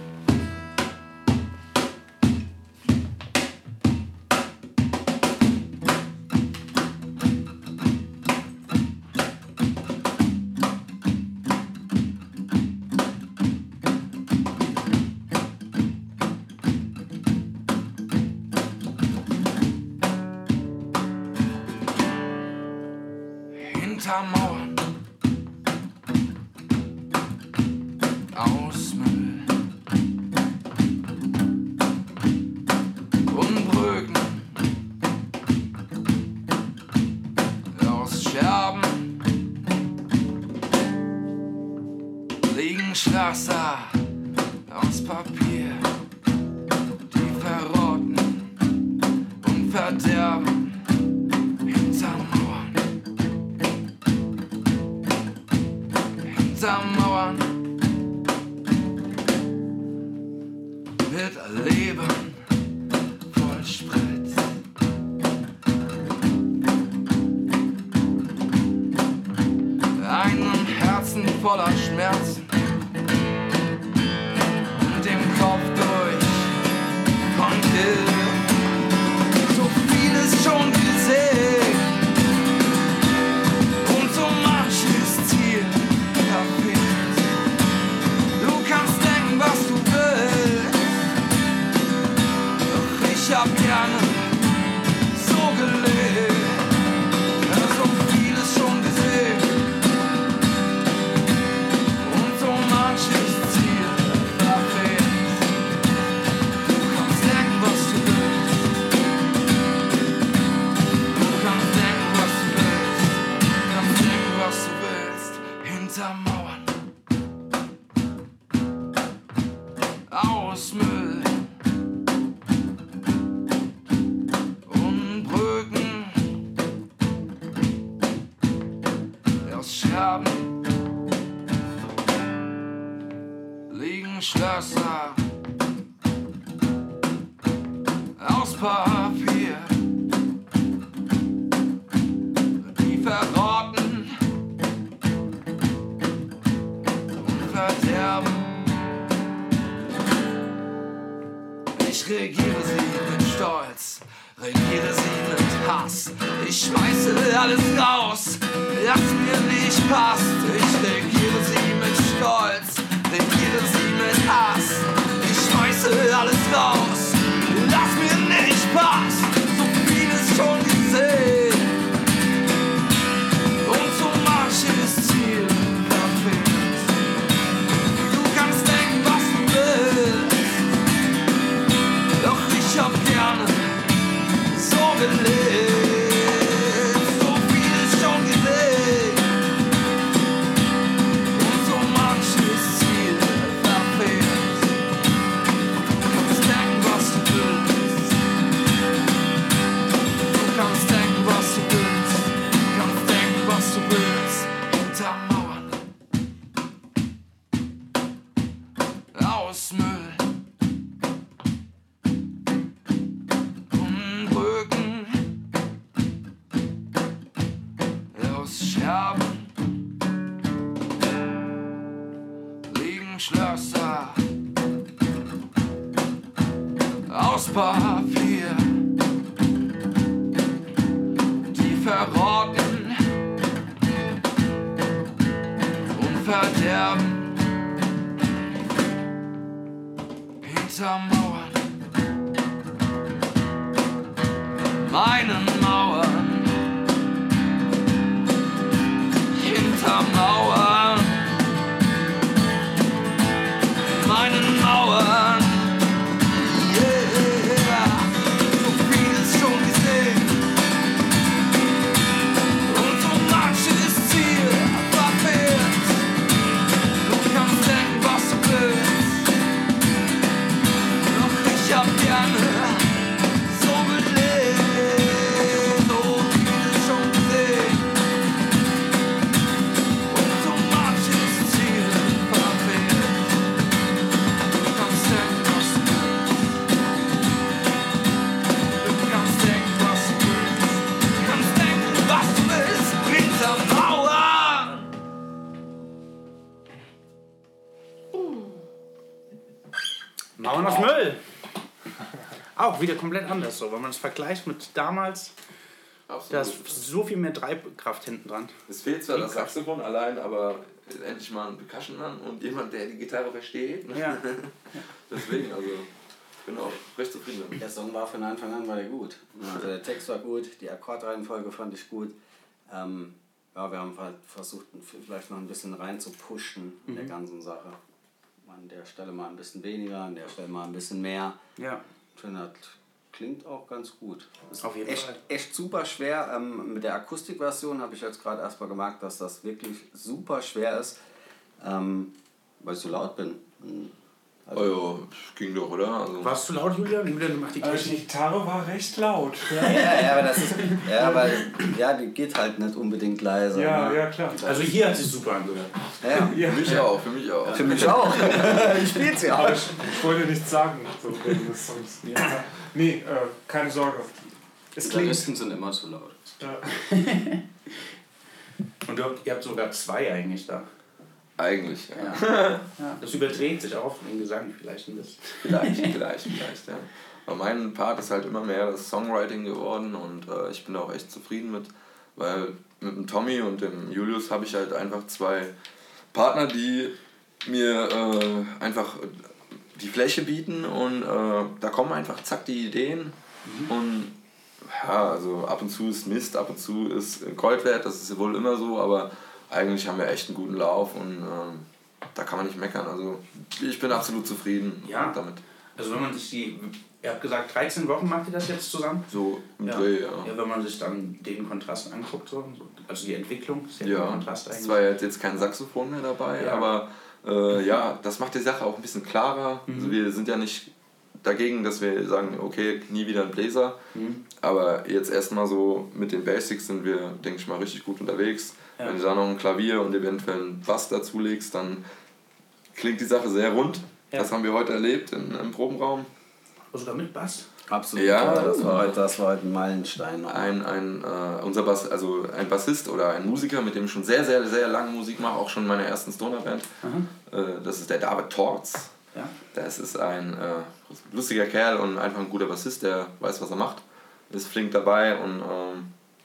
Mauern aus Müll und Brücken aus Scherben liegen Schlösser aus Papier, die verrotten und verderben. Mauern mit Leben voll Sprit. Einem Herzen voller Schmerzen und dem Kopf durch von Gill. So vieles schon gesehen und so manches Ziel. Du kannst denken, was du willst, doch ich hab gerne so gelebt, so vieles schon gesehen und so manches Ziel verfehlt. Du kannst denken, was du willst, du kannst denken, was du willst, kannst denken, was du willst, hinterm Mauern aus Müll und Brücken aus Scherben liegen Schlösser aus Papier, die verrotten und verderben. Ich regiere sie mit Stolz, regiere sie mit Hass. Ich schmeiße alles raus, das mir nicht passt. Ich regiere sie mit Stolz, regiere sie mit Hass. Ich schmeiße alles raus, das mir nicht passt. So vieles schon gesehen und so manches Ziel verfehlt. Du kannst denken, was du willst, doch ich hab gerne so gelebt. So vieles schon gesehen und so manches Ziel verfehlt. Du kannst denken, was du willst. Du kannst denken, was du willst. Du kannst denken, was du willst. Hinter Mauern aus Müll und Brücken aus Scherben liegen Schlösser aus Papier, die verrotten und verderben. Hinter Mauern, meinen Mauern, hinter Mauern, meinen Mauern. Yeah, so vieles schon gesehen und so manches Ziel verfehlt. Du kannst denken, was du willst, doch ich hab gerne so gelebt. So vieles schon gesehen und so manches Ziel verfehlt. Du kannst denken, was du willst. Du kannst denken, was du willst. Du kannst denken, was du willst. Hinter Mauern. Mauern aus Müll. Auch wieder komplett anders so, wenn man es vergleicht mit damals. Da Absolut. ist so viel mehr Treibkraft hinten dran. Es fehlt zwar das Saxophon allein, aber endlich mal ein Percussion-Mann und jemand, der die Gitarre versteht. Ne? Ja. Deswegen, also ich bin auch recht zufrieden damit. Der Song war von Anfang an war der gut. Also der Text war gut, die Akkordreihenfolge fand ich gut. Ja, wir haben halt versucht, vielleicht noch ein bisschen rein zu pushen in der ganzen Sache. An der Stelle mal ein bisschen weniger, an der Stelle mal ein bisschen mehr. Ja. Ich finde, das klingt auch ganz gut. Ist Auf jeden Fall. echt super schwer. Mit der Akustikversion habe ich jetzt gerade erstmal gemerkt, dass das wirklich super schwer ist, weil ich so laut bin. Oh ja, ging doch, oder? Also, Warst du laut, Julian? Julian macht die Also die Technik. Gitarre war recht laut. Ja, aber das ist. Ja, weil. Ja, die geht halt nicht unbedingt leise. Ja, ne? ja, klar. Also hier hat sich super angehört. Ja. Ja. für mich auch, für mich auch. Für mich auch. Ich spiel's ja. Aber ich wollte nichts sagen so wegen des Songs. Ja. Nee, keine Sorge. Es klingt. Gitarristen sind immer zu laut. Ja. Und ihr habt sogar zwei eigentlich da. Eigentlich, ja. Ja. Das überträgt sich auch im Gesang vielleicht ein bisschen. Vielleicht, ja. Aber mein Part ist halt immer mehr das Songwriting geworden und ich bin auch echt zufrieden mit, weil mit dem Tommy und dem Julius habe ich halt einfach zwei Partner, die mir einfach die Fläche bieten und da kommen einfach zack die Ideen und ja, also ab und zu ist Mist, ab und zu ist Gold wert, das ist wohl immer so, aber eigentlich haben wir echt einen guten Lauf und da kann man nicht meckern. Also ich bin absolut zufrieden damit. Also wenn man sich ihr habt gesagt 13 Wochen macht ihr das jetzt zusammen? So im Ja. Dreh, ja. Ja, wenn man sich dann den Kontrast anguckt, so, also die Entwicklung, ist ja ein Kontrast es eigentlich. war jetzt kein Saxophon mehr dabei, Ja. aber das macht die Sache auch ein bisschen klarer. Also wir sind ja nicht dagegen, dass wir sagen, okay, nie wieder ein Bläser, aber jetzt erstmal so mit den Basics sind wir, denke ich mal, richtig gut unterwegs. Ja. Wenn du da noch ein Klavier und eventuell einen Bass dazulegst, dann klingt die Sache sehr rund. Ja. Das haben wir heute erlebt im Probenraum. Sogar mit Bass? Absolut. Ja. Das war heute ein Meilenstein. Unser Bass, also ein Bassist oder ein Musiker, mit dem ich schon sehr, sehr, sehr lange Musik mache, auch schon in meiner ersten Stoner-Band. Das ist der David Torz. Ja. Das ist ein lustiger Kerl und einfach ein guter Bassist, der weiß, was er macht. Ist flink dabei und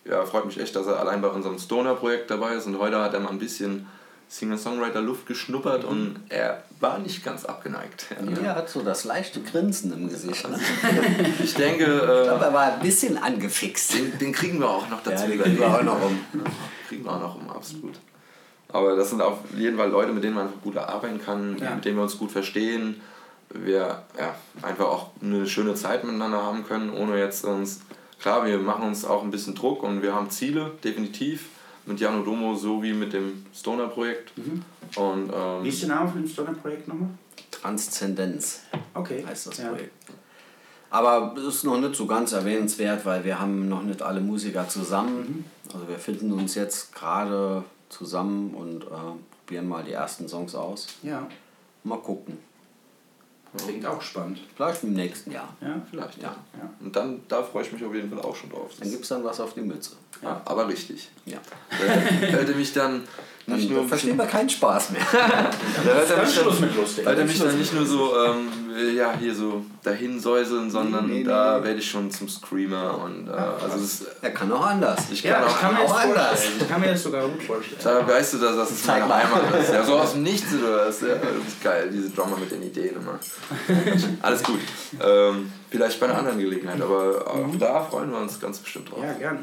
ja, freut mich echt, dass er allein bei unserem Stoner-Projekt dabei ist und heute hat er mal ein bisschen Singer-Songwriter-Luft geschnuppert und er war nicht ganz abgeneigt. Er hat so das leichte Grinsen im Gesicht. Ne? Ich denke, Ich glaube, er war ein bisschen angefixt. den kriegen wir auch noch dazu. Ja, den kriegen wir auch noch um. Kriegen wir auch noch um, absolut. Aber das sind auf jeden Fall Leute, mit denen man einfach gut arbeiten kann, mit denen wir uns gut verstehen. Wir einfach auch eine schöne Zeit miteinander haben können, ohne jetzt uns... Klar, wir machen uns auch ein bisschen Druck und wir haben Ziele, definitiv. Mit Jano Domo sowie mit dem Stoner-Projekt. Und, Wie ist der Name für das Stoner-Projekt nochmal? Transzendenz Okay. heißt das Projekt. Aber es ist noch nicht so ganz erwähnenswert, weil wir haben noch nicht alle Musiker zusammen. Also wir finden uns jetzt gerade zusammen und probieren mal die ersten Songs aus. Ja, Mal gucken. klingt auch spannend. Vielleicht im nächsten Jahr. Ja, vielleicht, ja. Ja. Und dann, da freue ich mich auf jeden Fall auch schon drauf. Dann gibt es dann was auf die Mütze. Ja, aber richtig. Ja. Da hört er mich dann nicht nur... Dann verstehen wir keinen Spaß mehr. Da hört er mich Schluss dann, mit lustig. hört er mich dann nicht nur so, hier so dahin säuseln, sondern Nee. da werde ich schon zum Screamer. Und, also es, Er kann auch anders. ich Ja, kann ich kann mir auch... das anders. vorstellen. Ich kann mir das sogar gut vorstellen. Da weißt du, dass es Zeig meine mal. Heimat ist. Ja, so aus dem Nichts oder was. Ja, das ist geil, diese Drummer mit den Ideen immer. Alles gut. Vielleicht bei einer anderen Gelegenheit, aber auch da freuen wir uns ganz bestimmt drauf. Ja, gerne.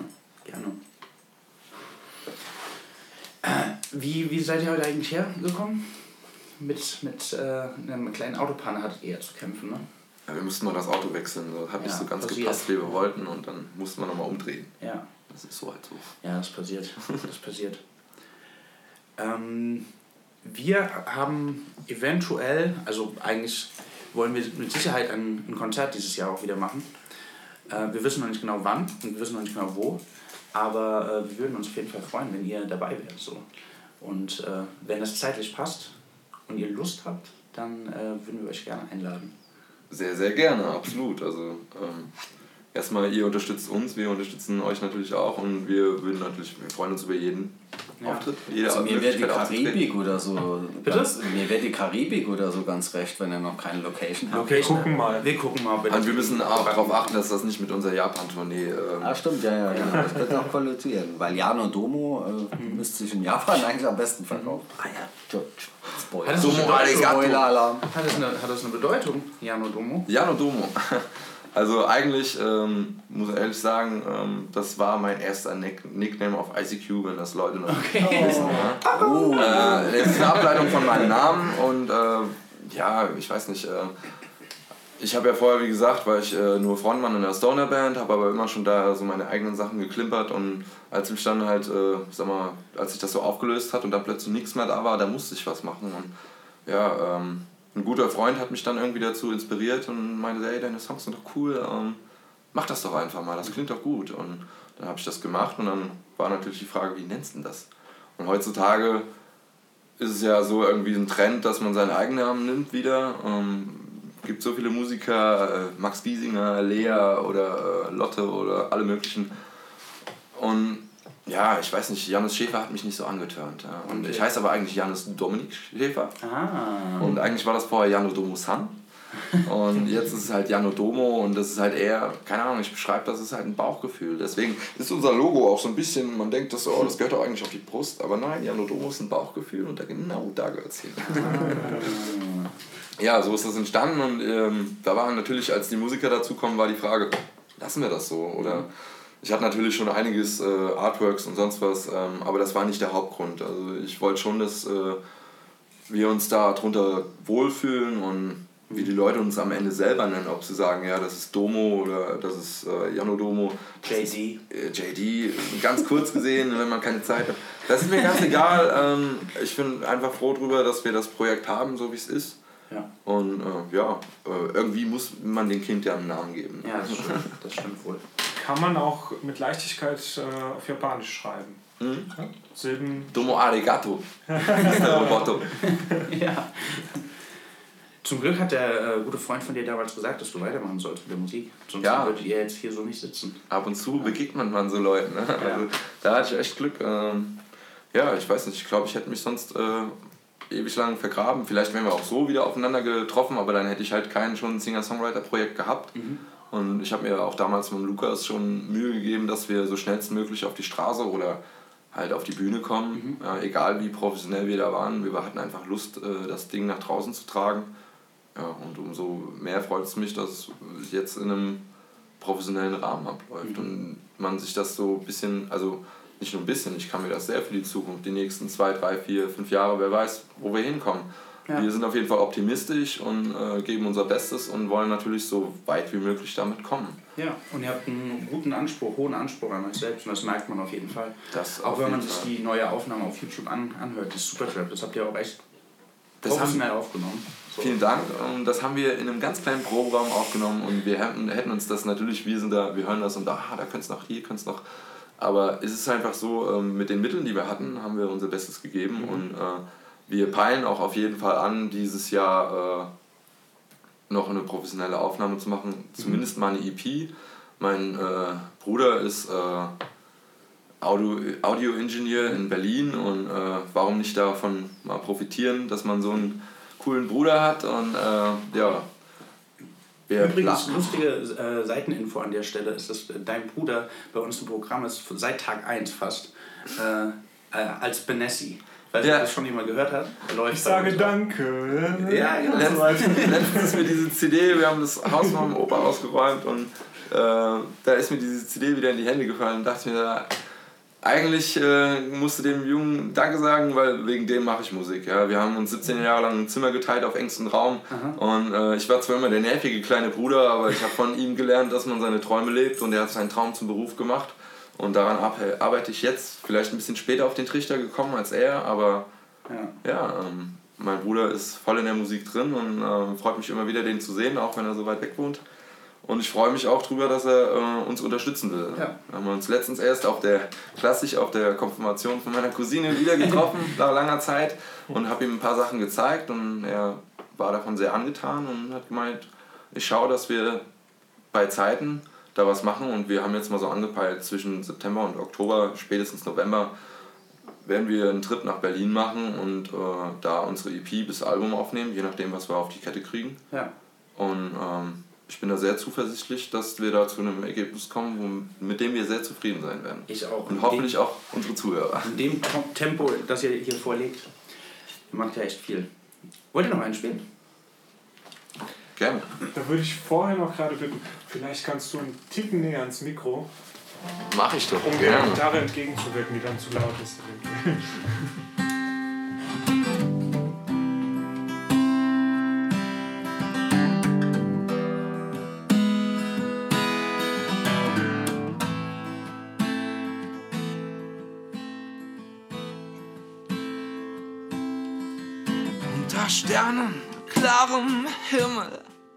Wie seid ihr heute eigentlich hergekommen? Mit einem kleinen Autopanne hattet ihr ja zu kämpfen, ne? Ja, wir mussten mal das Auto wechseln, das hat nicht Ja, so ganz passiert. gepasst, wie wir wollten und dann mussten wir nochmal umdrehen. Ja. Das ist so halt so. Ja, das passiert. Wir haben eventuell, also eigentlich wollen wir mit Sicherheit ein Konzert dieses Jahr auch wieder machen. Wir wissen noch nicht genau wann und wir wissen noch nicht genau wo, aber wir würden uns auf jeden Fall freuen, wenn ihr dabei wärt. So. Und wenn das zeitlich passt und ihr Lust habt, dann würden wir euch gerne einladen. Sehr, sehr gerne, absolut. Also erstmal, ihr unterstützt uns, wir unterstützen euch natürlich auch und wir freuen uns über jeden Auftritt. Also mir wäre die Karibik oder so. Bitte? Mir wäre die Karibik oder so ganz recht, wenn er noch keine Location hat. Okay, gucken mal. Wir gucken mal. Und wir müssen auch darauf achten, dass das nicht mit unserer Japan-Tournee... Ah, stimmt, ja, genau. Das könnte auch kollidieren. Weil Jano Domo müsste sich in Japan eigentlich am besten verkaufen. Ah ja, Spoiler. Hat das eine Domo Bedeutung? arigato. Spoiler-Alarm. Hat das eine Bedeutung, Jano Domo? Jano Domo. Also eigentlich, muss ich ehrlich sagen, das war mein erster Nickname auf ICQ, wenn das Leute noch wissen. Ja. Das ist eine Ableitung von meinem Namen und ich weiß nicht, ich habe ja vorher, wie gesagt, war ich nur Frontmann in der Stoner-Band, habe aber immer schon da so meine eigenen Sachen geklimpert und als ich dann halt, als sich das so aufgelöst hat und dann plötzlich nichts mehr da war, da musste ich was machen und ja, ein guter Freund hat mich dann irgendwie dazu inspiriert und meinte, hey, deine Songs sind doch cool, mach das doch einfach mal, das klingt doch gut. Und dann habe ich das gemacht und dann war natürlich die Frage, wie nennst du denn das? Und heutzutage ist es ja so irgendwie ein Trend, dass man seinen eigenen Namen nimmt wieder. Gibt so viele Musiker, Max Giesinger, Lea oder Lotte oder alle möglichen. Und ja, ich weiß nicht, Janus Schäfer hat mich nicht so angetörnt. Ja. Und ich heiße aber eigentlich Janus Dominik Schäfer. Ah. Und eigentlich war das vorher Jano Domo San. Und jetzt ist es halt Jano Domo und das ist halt eher, keine Ahnung, ich beschreibe das, ist halt ein Bauchgefühl. Deswegen ist unser Logo auch so ein bisschen, man denkt, das gehört doch eigentlich auf die Brust. Aber nein, Jano Domo ist ein Bauchgefühl und genau da gehört es hin. Ja, so ist das entstanden und da war natürlich, als die Musiker dazukommen, war die Frage, lassen wir das so? Oder ich hatte natürlich schon einiges Artworks und sonst was, aber das war nicht der Hauptgrund. Also ich wollte schon, dass wir uns da drunter wohlfühlen und wie die Leute uns am Ende selber nennen, ob sie sagen, ja, das ist Domo oder das ist Jano Domo. JD. JD, ganz kurz gesehen, wenn man keine Zeit hat. Das ist mir ganz egal. Ich bin einfach froh darüber, dass wir das Projekt haben, so wie es ist. Ja. Und irgendwie muss man dem Kind ja einen Namen geben. Ja, das stimmt wohl. Kann man auch mit Leichtigkeit auf Japanisch schreiben. Mhm. Ja? Silben. Domo arigato. Das ist der Roboto. Ja. Zum Glück hat der gute Freund von dir damals gesagt, dass du weitermachen sollst mit der Musik. Sonst würdet ihr jetzt hier so nicht sitzen. Ab und zu begegnet man so Leuten. Ne? Also, da hatte ich echt Glück. Ich weiß nicht, ich glaube, ich hätte mich sonst ewig lang vergraben. Vielleicht wären wir auch so wieder aufeinander getroffen, aber dann hätte ich halt kein schon Singer-Songwriter-Projekt gehabt. Und ich habe mir auch damals mit dem Lukas schon Mühe gegeben, dass wir so schnellstmöglich auf die Straße oder halt auf die Bühne kommen. Ja, egal wie professionell wir da waren, wir hatten einfach Lust, das Ding nach draußen zu tragen. Ja, und umso mehr freut es mich, dass es jetzt in einem professionellen Rahmen abläuft und man sich das so ein bisschen, also nicht nur ein bisschen, ich kann mir das sehr für die Zukunft, die nächsten 2, 3, 4, 5 Jahre, wer weiß, wo wir hinkommen. Ja. Wir sind auf jeden Fall optimistisch und geben unser Bestes und wollen natürlich so weit wie möglich damit kommen. Ja, und ihr habt einen guten Anspruch, hohen Anspruch an euch selbst und das merkt man auf jeden Fall. Das auch wenn man sich die neue Aufnahme auf YouTube anhört, das Supertrap, das habt ihr auch echt professionell aufgenommen. So. Vielen Dank. Und das haben wir in einem ganz kleinen Proberaum aufgenommen und wir hätten uns das natürlich, wir hören das und da könnte es noch, hier könnte es noch. Aber es ist einfach so, mit den Mitteln, die wir hatten, haben wir unser Bestes gegeben und wir peilen auch auf jeden Fall an, dieses Jahr noch eine professionelle Aufnahme zu machen, zumindest mal eine EP. Mein Bruder ist Audio-Ingenieur in Berlin und warum nicht davon mal profitieren, dass man so einen coolen Bruder hat und ja. Übrigens, lustige Seiteninfo an der Stelle ist, dass dein Bruder bei uns im Programm ist, seit Tag 1 fast, als Benessi. Weiß nicht, ob das schon jemand gehört hat? Ich sage danke. Ja, genau. Letztens ist mir diese CD, wir haben das Haus von meinem Opa ausgeräumt und da ist mir diese CD wieder in die Hände gefallen und dachte mir, eigentlich musste dem Jungen Danke sagen, weil wegen dem mache ich Musik. Ja. Wir haben uns 17 Jahre lang ein Zimmer geteilt auf engstem Raum. Und ich war zwar immer der nervige kleine Bruder, aber ich habe von ihm gelernt, dass man seine Träume lebt und er hat seinen Traum zum Beruf gemacht. Und daran arbeite ich jetzt, vielleicht ein bisschen später auf den Trichter gekommen als er, aber mein Bruder ist voll in der Musik drin und freut mich immer wieder, den zu sehen, auch wenn er so weit weg wohnt. Und ich freue mich auch darüber, dass er uns unterstützen will. Ja. Wir haben uns letztens erst auf der Konfirmation von meiner Cousine wieder getroffen, nach langer Zeit, und habe ihm ein paar Sachen gezeigt und er war davon sehr angetan und hat gemeint, ich schaue, dass wir bei Zeiten da was machen und wir haben jetzt mal so angepeilt, zwischen September und Oktober, spätestens November, werden wir einen Trip nach Berlin machen und da unsere EP bis Album aufnehmen, je nachdem, was wir auf die Kette kriegen. Ja. Und ich bin da sehr zuversichtlich, dass wir da zu einem Ergebnis kommen, mit dem wir sehr zufrieden sein werden. Ich auch. Und hoffentlich auch unsere Zuhörer. In dem Tempo, das ihr hier vorlegt, macht ja echt viel. Wollt ihr noch einen spielen? Gerne. Da würde ich vorher noch gerade bitten, vielleicht kannst du einen Ticken näher ans Mikro. Mach ich doch. Um der Gitarre entgegenzuwirken, die dann zu laut ist. Unter Sternen, klarem Himmel.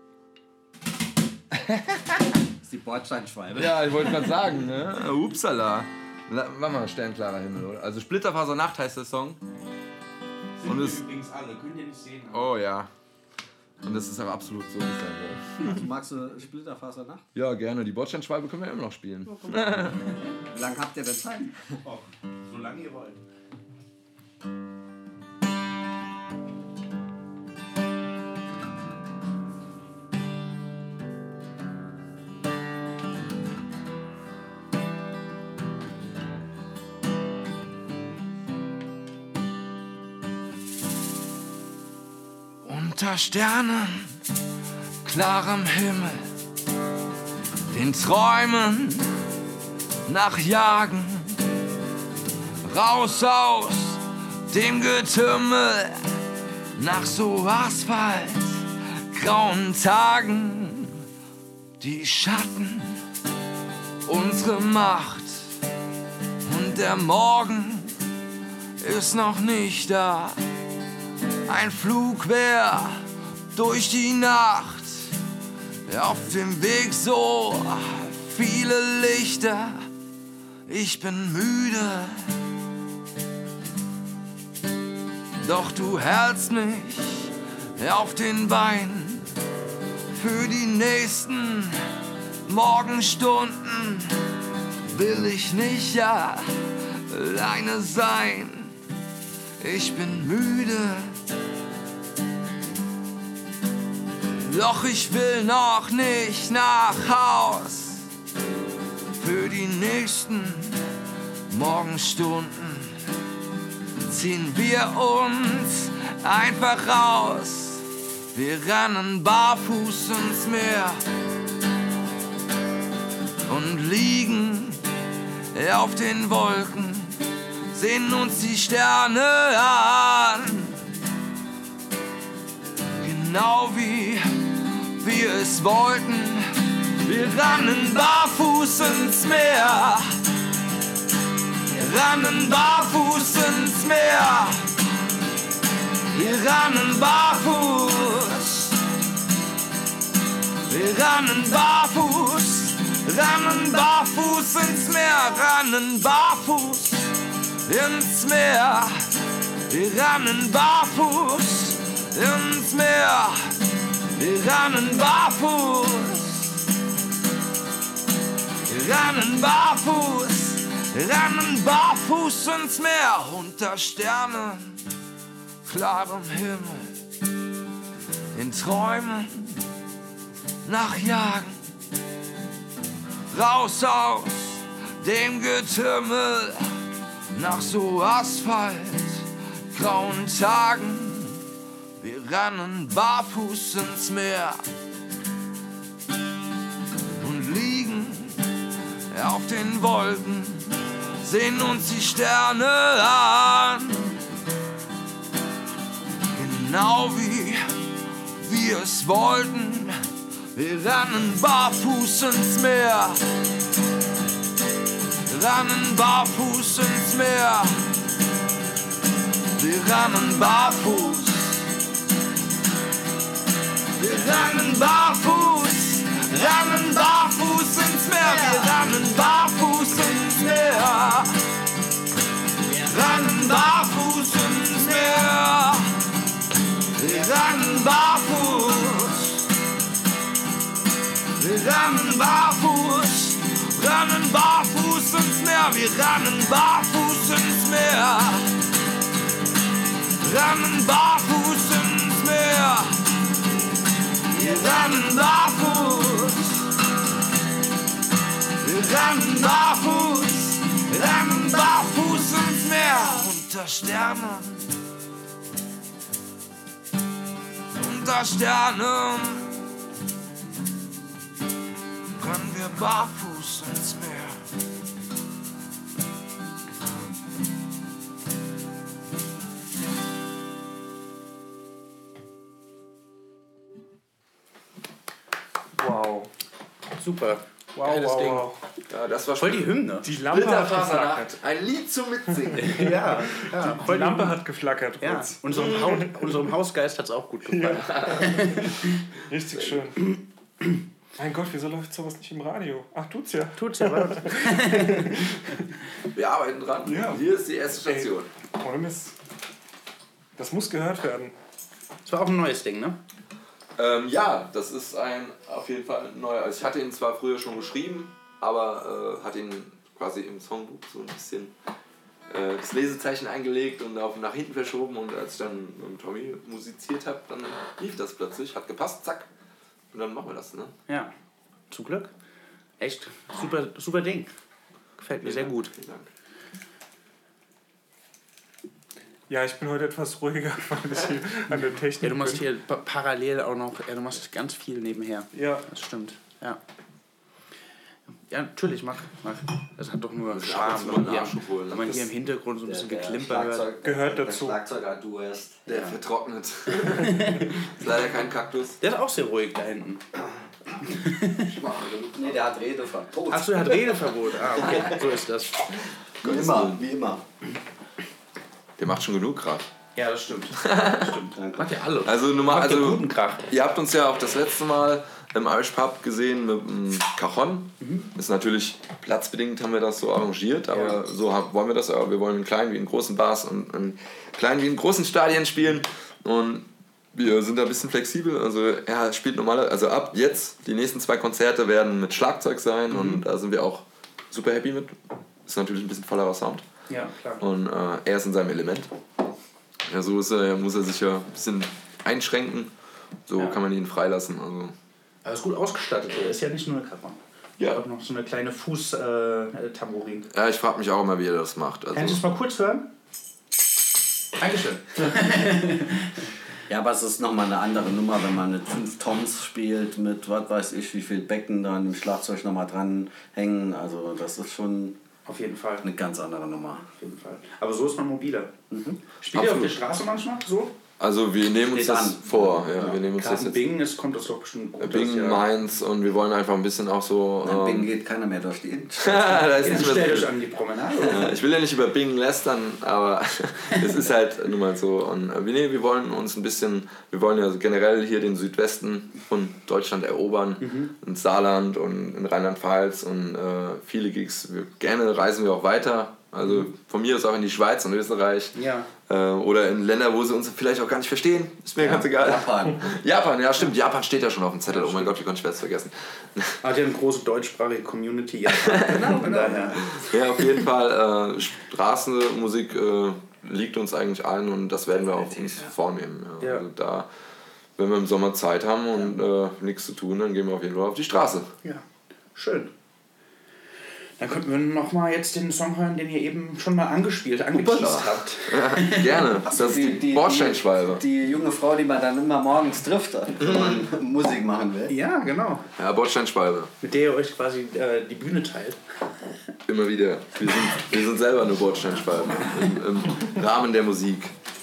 Das ist die Bordsteinschwalbe. Ja, ich wollte gerade sagen, ne? Upsala. Mach mal, sternklarer Himmel, oder? Also Splitterfasernacht heißt der Song. Und es übrigens alle, könnt ihr nicht sehen. Oh ja. Und das ist auch absolut so, wie es sein soll. Also magst du Splitterfasernacht? Ja, gerne. Die Bordsteinschwalbe können wir immer noch spielen. Oh, wie lange habt ihr denn Zeit? Oh, solange ihr wollt. Unter Sternen, klarem Himmel, den Träumen nachjagen, raus aus dem Getümmel, nach so Asphalt, grauen Tagen, die Schatten, unsere Macht und der Morgen ist noch nicht da. Ein Flug wär durch die Nacht, auf dem Weg so viele Lichter. Ich bin müde, doch du hältst mich auf den Beinen für die nächsten Morgenstunden. Will ich nicht alleine sein, ich bin müde. Doch ich will noch nicht nach Haus. Für die nächsten Morgenstunden ziehen wir uns einfach raus. Wir rennen barfuß ins Meer und liegen auf den Wolken, sehen uns die Sterne an. Genau wie wir es wollten. Wir rennen barfuß ins Meer. Wir rennen barfuß ins Meer. Wir rennen barfuß. Wir rennen barfuß. Rennen barfuß ins Meer. Rennen barfuß ins Meer. Wir rennen barfuß ins Meer. Wir rennen barfuß. Wir rennen barfuß ins Meer. Unter Sternen, klarem Himmel, in Träumen nachjagen. Raus aus dem Getümmel, nach so Asphalt, grauen Tagen. Wir rennen barfuß ins Meer und liegen auf den Wolken, sehen uns die Sterne an. Genau wie wir es wollten. Wir rennen barfuß ins Meer. Rennen barfuß ins Meer. Wir rennen barfuß. Wir rennen barfuß. Rennen barfuß ins Meer. Wir rennen barfuß ins Meer. Wir rennen barfuß ins Meer. Wir rennen barfuß. Wir rennen barfuß. Rennen barfuß ins Meer. Wir rennen barfuß ins Meer. Rennen barfuß ins Meer. Wir rennen barfuß. Wir rennen barfuß. Rennen barfuß ins Meer. Unter Sternen. Unter Sternen. Rennen wir barfuß ins Meer. Wow. Super. Wow, Geiles wow, Ding. wow. Ja, das war Voll die Hymne. Die Lampe hat Splitterfasernacht. geflackert. Ein Lied zum Mitsingen. Ja, Die Lampe hat geflackert. Ja, Kurz. unserem Hausgeist hat es auch gut gefallen. Richtig schön. Mein Gott, wieso läuft sowas nicht im Radio? Ach, tut's ja. Tut's ja was. Wir arbeiten dran. Ja. Hier ist die erste Station. Ohne Mist. Das muss gehört werden. Das war auch ein neues Ding, ne? Ja, das ist auf jeden Fall ein neuer. Also ich hatte ihn zwar früher schon geschrieben, aber hatte ihn quasi im Songbuch so ein bisschen das Lesezeichen eingelegt und nach hinten verschoben. Und als ich dann mit Tommy musiziert habe, dann lief das plötzlich, hat gepasst, zack. Und dann machen wir das, ne? Ja. Zum Glück. Echt super, super Ding. Gefällt mir sehr gut. Vielen Dank. Ja, ich bin heute etwas ruhiger, weil ich hier an der Technik Ja, du machst bin. hier parallel auch noch, ja, du machst ganz viel nebenher. Ja. Das stimmt, ja. Ja, natürlich, mach. Das hat doch nur ab und Charme, zu wenn mal man, hier, Nachschub holen, wenn man das- hier im Hintergrund so ein bisschen Der Geklimper hört. Gehört der dazu. Schlagzeuger-Durst. Der Ja. vertrocknet. Ist leider kein Kaktus. Der ist auch sehr ruhig da hinten. Nee, der hat Redeverbot. Achso, er hat Redeverbot. Ah, okay, so ist das. Wie immer. Der macht schon genug gerade. Ja, das stimmt. Das stimmt. Macht ja alles. Also, Macht ja guten Krach. ihr habt uns ja auch das letzte Mal im Irish Pub gesehen mit dem Cajon. Ist natürlich platzbedingt, haben wir das so arrangiert, aber Ja. so wollen wir das. Aber wir wollen in kleinen wie in großen Bars und in kleinen wie in großen Stadien spielen. Und wir sind da ein bisschen flexibel. Also er spielt also ab jetzt, die nächsten 2 Konzerte werden mit Schlagzeug sein und da sind wir auch super happy mit. Ist natürlich ein bisschen vollerer Sound. Ja, klar. Und er ist in seinem Element. Ja, so ist muss er sich ja ein bisschen einschränken. so Ja. kann man ihn freilassen. Also. Aber ist gut ausgestattet, der ist ja nicht nur eine Kappe. Ja. Auch noch so eine kleine Fuß-Tambourin. Ja, ich frage mich auch immer, wie er das macht. Also, Kannst du es mal kurz hören? Dankeschön. Ja, aber es ist nochmal eine andere Nummer, wenn man mit 5 Toms spielt, mit was weiß ich, wie viel Becken da an dem Schlagzeug nochmal dran hängen. Also das ist schon Auf jeden Fall. eine ganz andere Nummer. Auf jeden Fall. Aber so ist man mobiler. Spielt ihr auf der Straße manchmal so? Also wir nehmen uns Steht das an. vor. Ja, wir nehmen uns Gerade das in jetzt. Bingen kommt das doch bestimmt gut. Bingen, ja. Mainz und wir wollen einfach ein bisschen auch so... In Bingen geht keiner mehr durch die Innenstadt. da ist Jetzt nicht stellt mehr euch an die Promenade. Ja, ich will ja nicht über Bingen lästern, aber es ist halt nun mal so. Und wir wollen uns ein bisschen, wir wollen ja generell hier den Südwesten von Deutschland erobern, in Saarland und in Rheinland-Pfalz und viele Gigs. Gerne reisen wir auch weiter. Also von mir aus auch in die Schweiz und Österreich. Ja. Oder in Länder, wo sie uns vielleicht auch gar nicht verstehen. Ist mir ganz egal. Japan. Japan, ja stimmt. Japan steht ja schon auf dem Zettel. Oh mein Gott, wie konnte ich das vergessen? Hat ja eine große deutschsprachige Community. Ja, genau. Daher. Ja, auf jeden Fall. Straßenmusik liegt uns eigentlich allen und das werden wir auch uns vornehmen. Ja. Ja. Also da, wenn wir im Sommer Zeit haben und nichts zu tun, dann gehen wir auf jeden Fall auf die Straße. Ja, schön. Dann könnten wir nochmal jetzt den Song hören, den ihr eben schon mal angeteased habt. Ja, gerne. Das ist die Bordsteinschwalbe. Die junge Frau, die man dann immer morgens trifft, wenn man Musik machen will. Ja, genau. Ja, Bordsteinschwalbe. Mit der ihr euch quasi die Bühne teilt. Immer wieder. Wir sind selber eine Bordsteinschwalbe. Im Rahmen der Musik.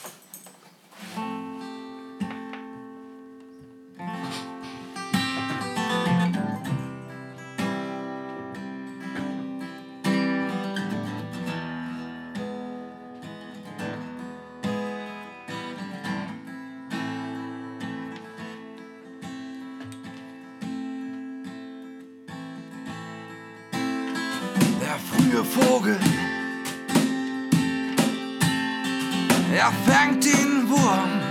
Der frühe Vogel, er fängt den Wurm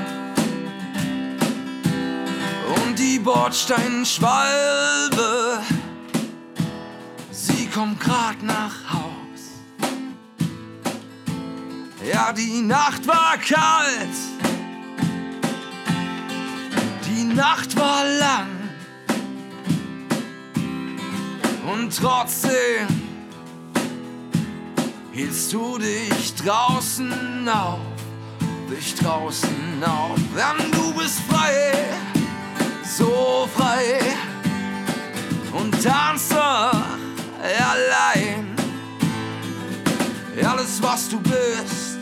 und die Bordsteinschwalbe, sie kommt grad nach Haus. Ja, die Nacht war kalt, die Nacht war lang und trotzdem hieltst du dich draußen auf, denn du bist frei, so frei und tanzt doch allein. Alles was du bist,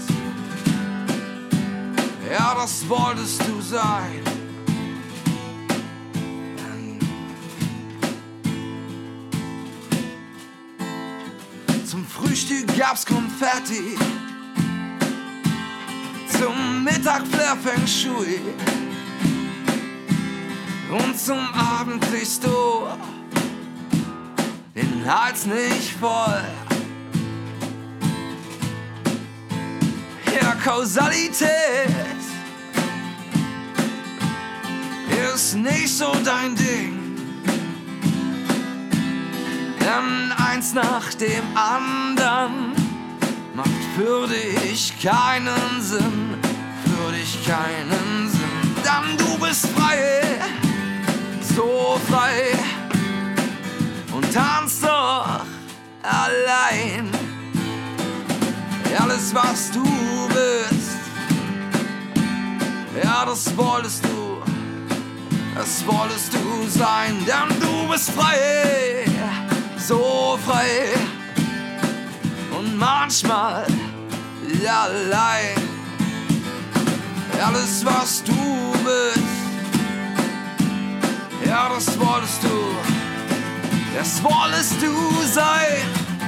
ja das wolltest du sein. Zum Frühstück gab's Konfetti, zum Mittag Flair Feng Shui und zum Abend kriegst du den Hals nicht voll. Ja, Kausalität ist nicht so dein Ding. Denn eins nach dem anderen macht für dich keinen Sinn, Denn du bist frei, so frei und tanzt doch allein. Alles was du bist, ja das wolltest du sein, denn du bist frei, so frei und manchmal allein. Alles was du bist, ja das wolltest du sein.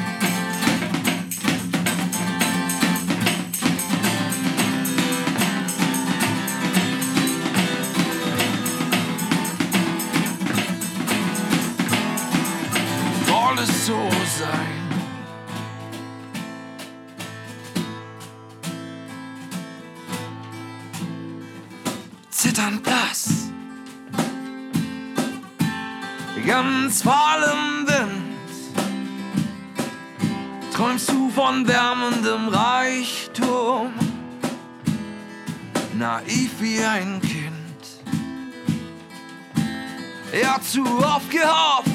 Wolltest so sein. Zitternd blass, ganz voll im Wind, träumst du von wärmendem Reichtum, naiv wie ein Kind. ja zu oft gehofft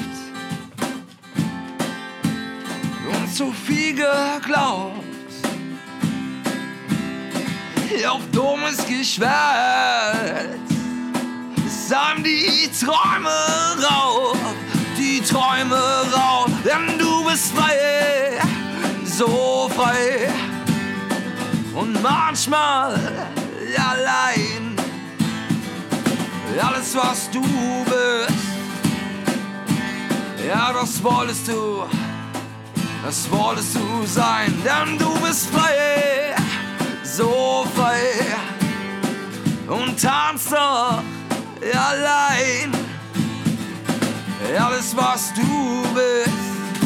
und zu viel geglaubt. Auf dummes Geschwätz ist einem die Träume raubt, denn du bist frei, so frei und manchmal allein. Alles was du bist, ja das wolltest du sein, denn du bist frei, so frei und tanzt doch allein. Alles was du bist,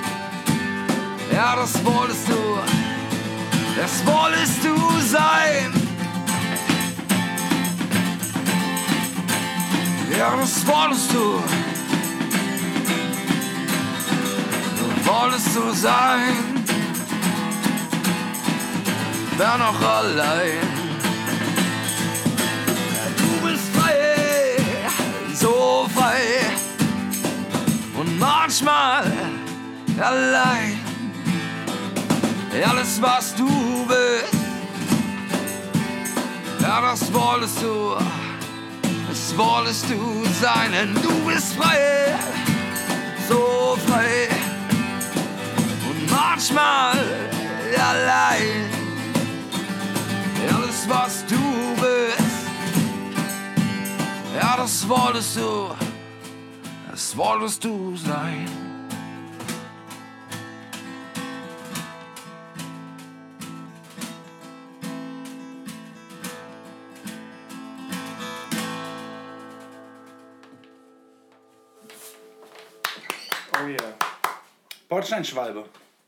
ja das wolltest du sein. Ja das wolltest du sein. Wer noch allein? Du bist frei, so frei und manchmal allein. Alles was du bist, ja das wolltest du sein, denn du bist frei, so frei und manchmal allein. Alles was du bist, ja das wolltest du sein. Oh yeah. Bordsteinschwalbe.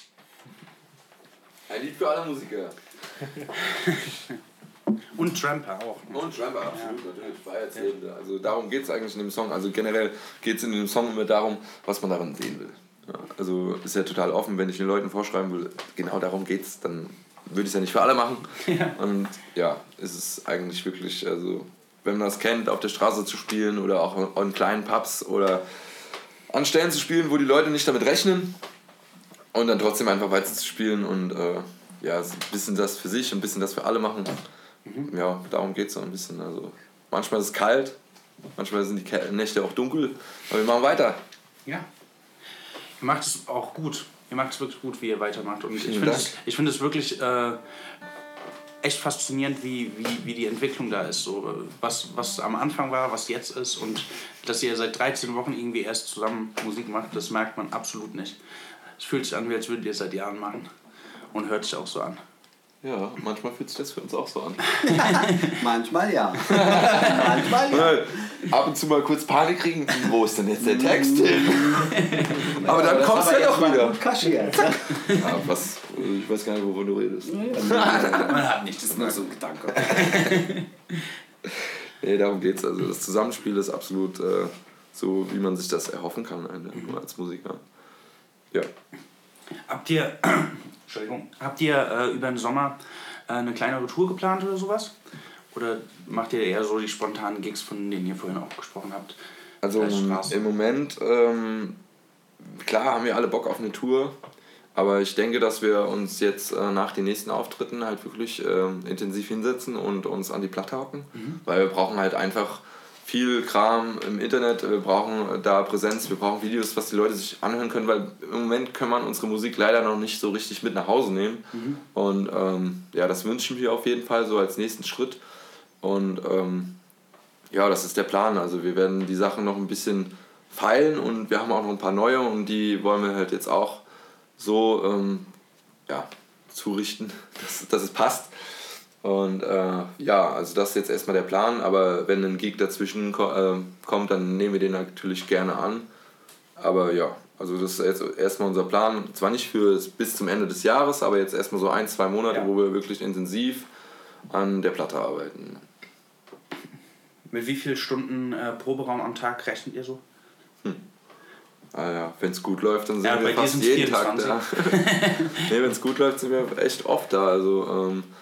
Ein Lied für alle Musiker. Und Tramper auch. Und Tramper, absolut, natürlich. Freiheitsliebende. Also darum geht es eigentlich in dem Song. Also generell geht es in dem Song immer darum, was man darin sehen will. Ja, also ist ja total offen, wenn ich den Leuten vorschreiben will, genau darum geht's, dann würde ich es ja nicht für alle machen. Ja. Und ja, es ist eigentlich wirklich, also wenn man das kennt, auf der Straße zu spielen oder auch in kleinen Pubs oder an Stellen zu spielen, wo die Leute nicht damit rechnen und dann trotzdem einfach weiter zu spielen und ja, ein bisschen das für sich und ein bisschen das für alle machen. Ja, darum geht es so ein bisschen. Also manchmal ist es kalt, manchmal sind die Nächte auch dunkel, aber wir machen weiter. Ja. Ihr macht es auch gut. Ihr macht es wirklich gut, wie ihr weitermacht. Und ich finde es wirklich echt faszinierend, wie die Entwicklung da ist. So, was am Anfang war, was jetzt ist. Und dass ihr seit 13 Wochen irgendwie erst zusammen Musik macht, das merkt man absolut nicht. Es fühlt sich an, wie als würdet ihr es seit Jahren machen. Und hört sich auch so an. Ja, manchmal fühlt sich das für uns auch so an. Manchmal ja. Manchmal ja. Ab und zu mal kurz Panik kriegen, wo ist denn jetzt der Text hin? Aber dann kommst du ja doch wieder. Ja, was, ich weiß gar nicht, wovon du redest. Man hat nicht, das ist nur so ein Gedanke. Nee, darum geht's. Also das Zusammenspiel ist absolut so, wie man sich das erhoffen kann als Musiker. Ja. Habt ihr über den Sommer eine kleinere Tour geplant oder sowas? Oder macht ihr eher so die spontanen Gigs, von denen ihr vorhin auch gesprochen habt? Also im Moment, klar haben wir alle Bock auf eine Tour, aber ich denke, dass wir uns jetzt nach den nächsten Auftritten halt wirklich intensiv hinsetzen und uns an die Platte hocken, weil wir brauchen halt einfach viel Kram im Internet, wir brauchen da Präsenz, wir brauchen Videos, was die Leute sich anhören können, weil im Moment kann man unsere Musik leider noch nicht so richtig mit nach Hause nehmen. Und ja, das wünschen wir auf jeden Fall so als nächsten Schritt. Und ja, das ist der Plan. Also wir werden die Sachen noch ein bisschen feilen und wir haben auch noch ein paar neue und die wollen wir halt jetzt auch so ja, zurichten, dass es passt. Und ja, also das ist jetzt erstmal der Plan, aber wenn ein Gig dazwischen kommt, dann nehmen wir den natürlich gerne an. Aber ja, also das ist jetzt erstmal unser Plan, zwar nicht bis zum Ende des Jahres, aber jetzt erstmal so 1-2 Monate, wo wir wirklich intensiv an der Platte arbeiten. Mit wie vielen Stunden Proberaum am Tag rechnet ihr so? Ah ja, wenn es gut läuft, dann sind wir fast jeden 24. Tag da. Nee, wenn es gut läuft, sind wir echt oft da. Also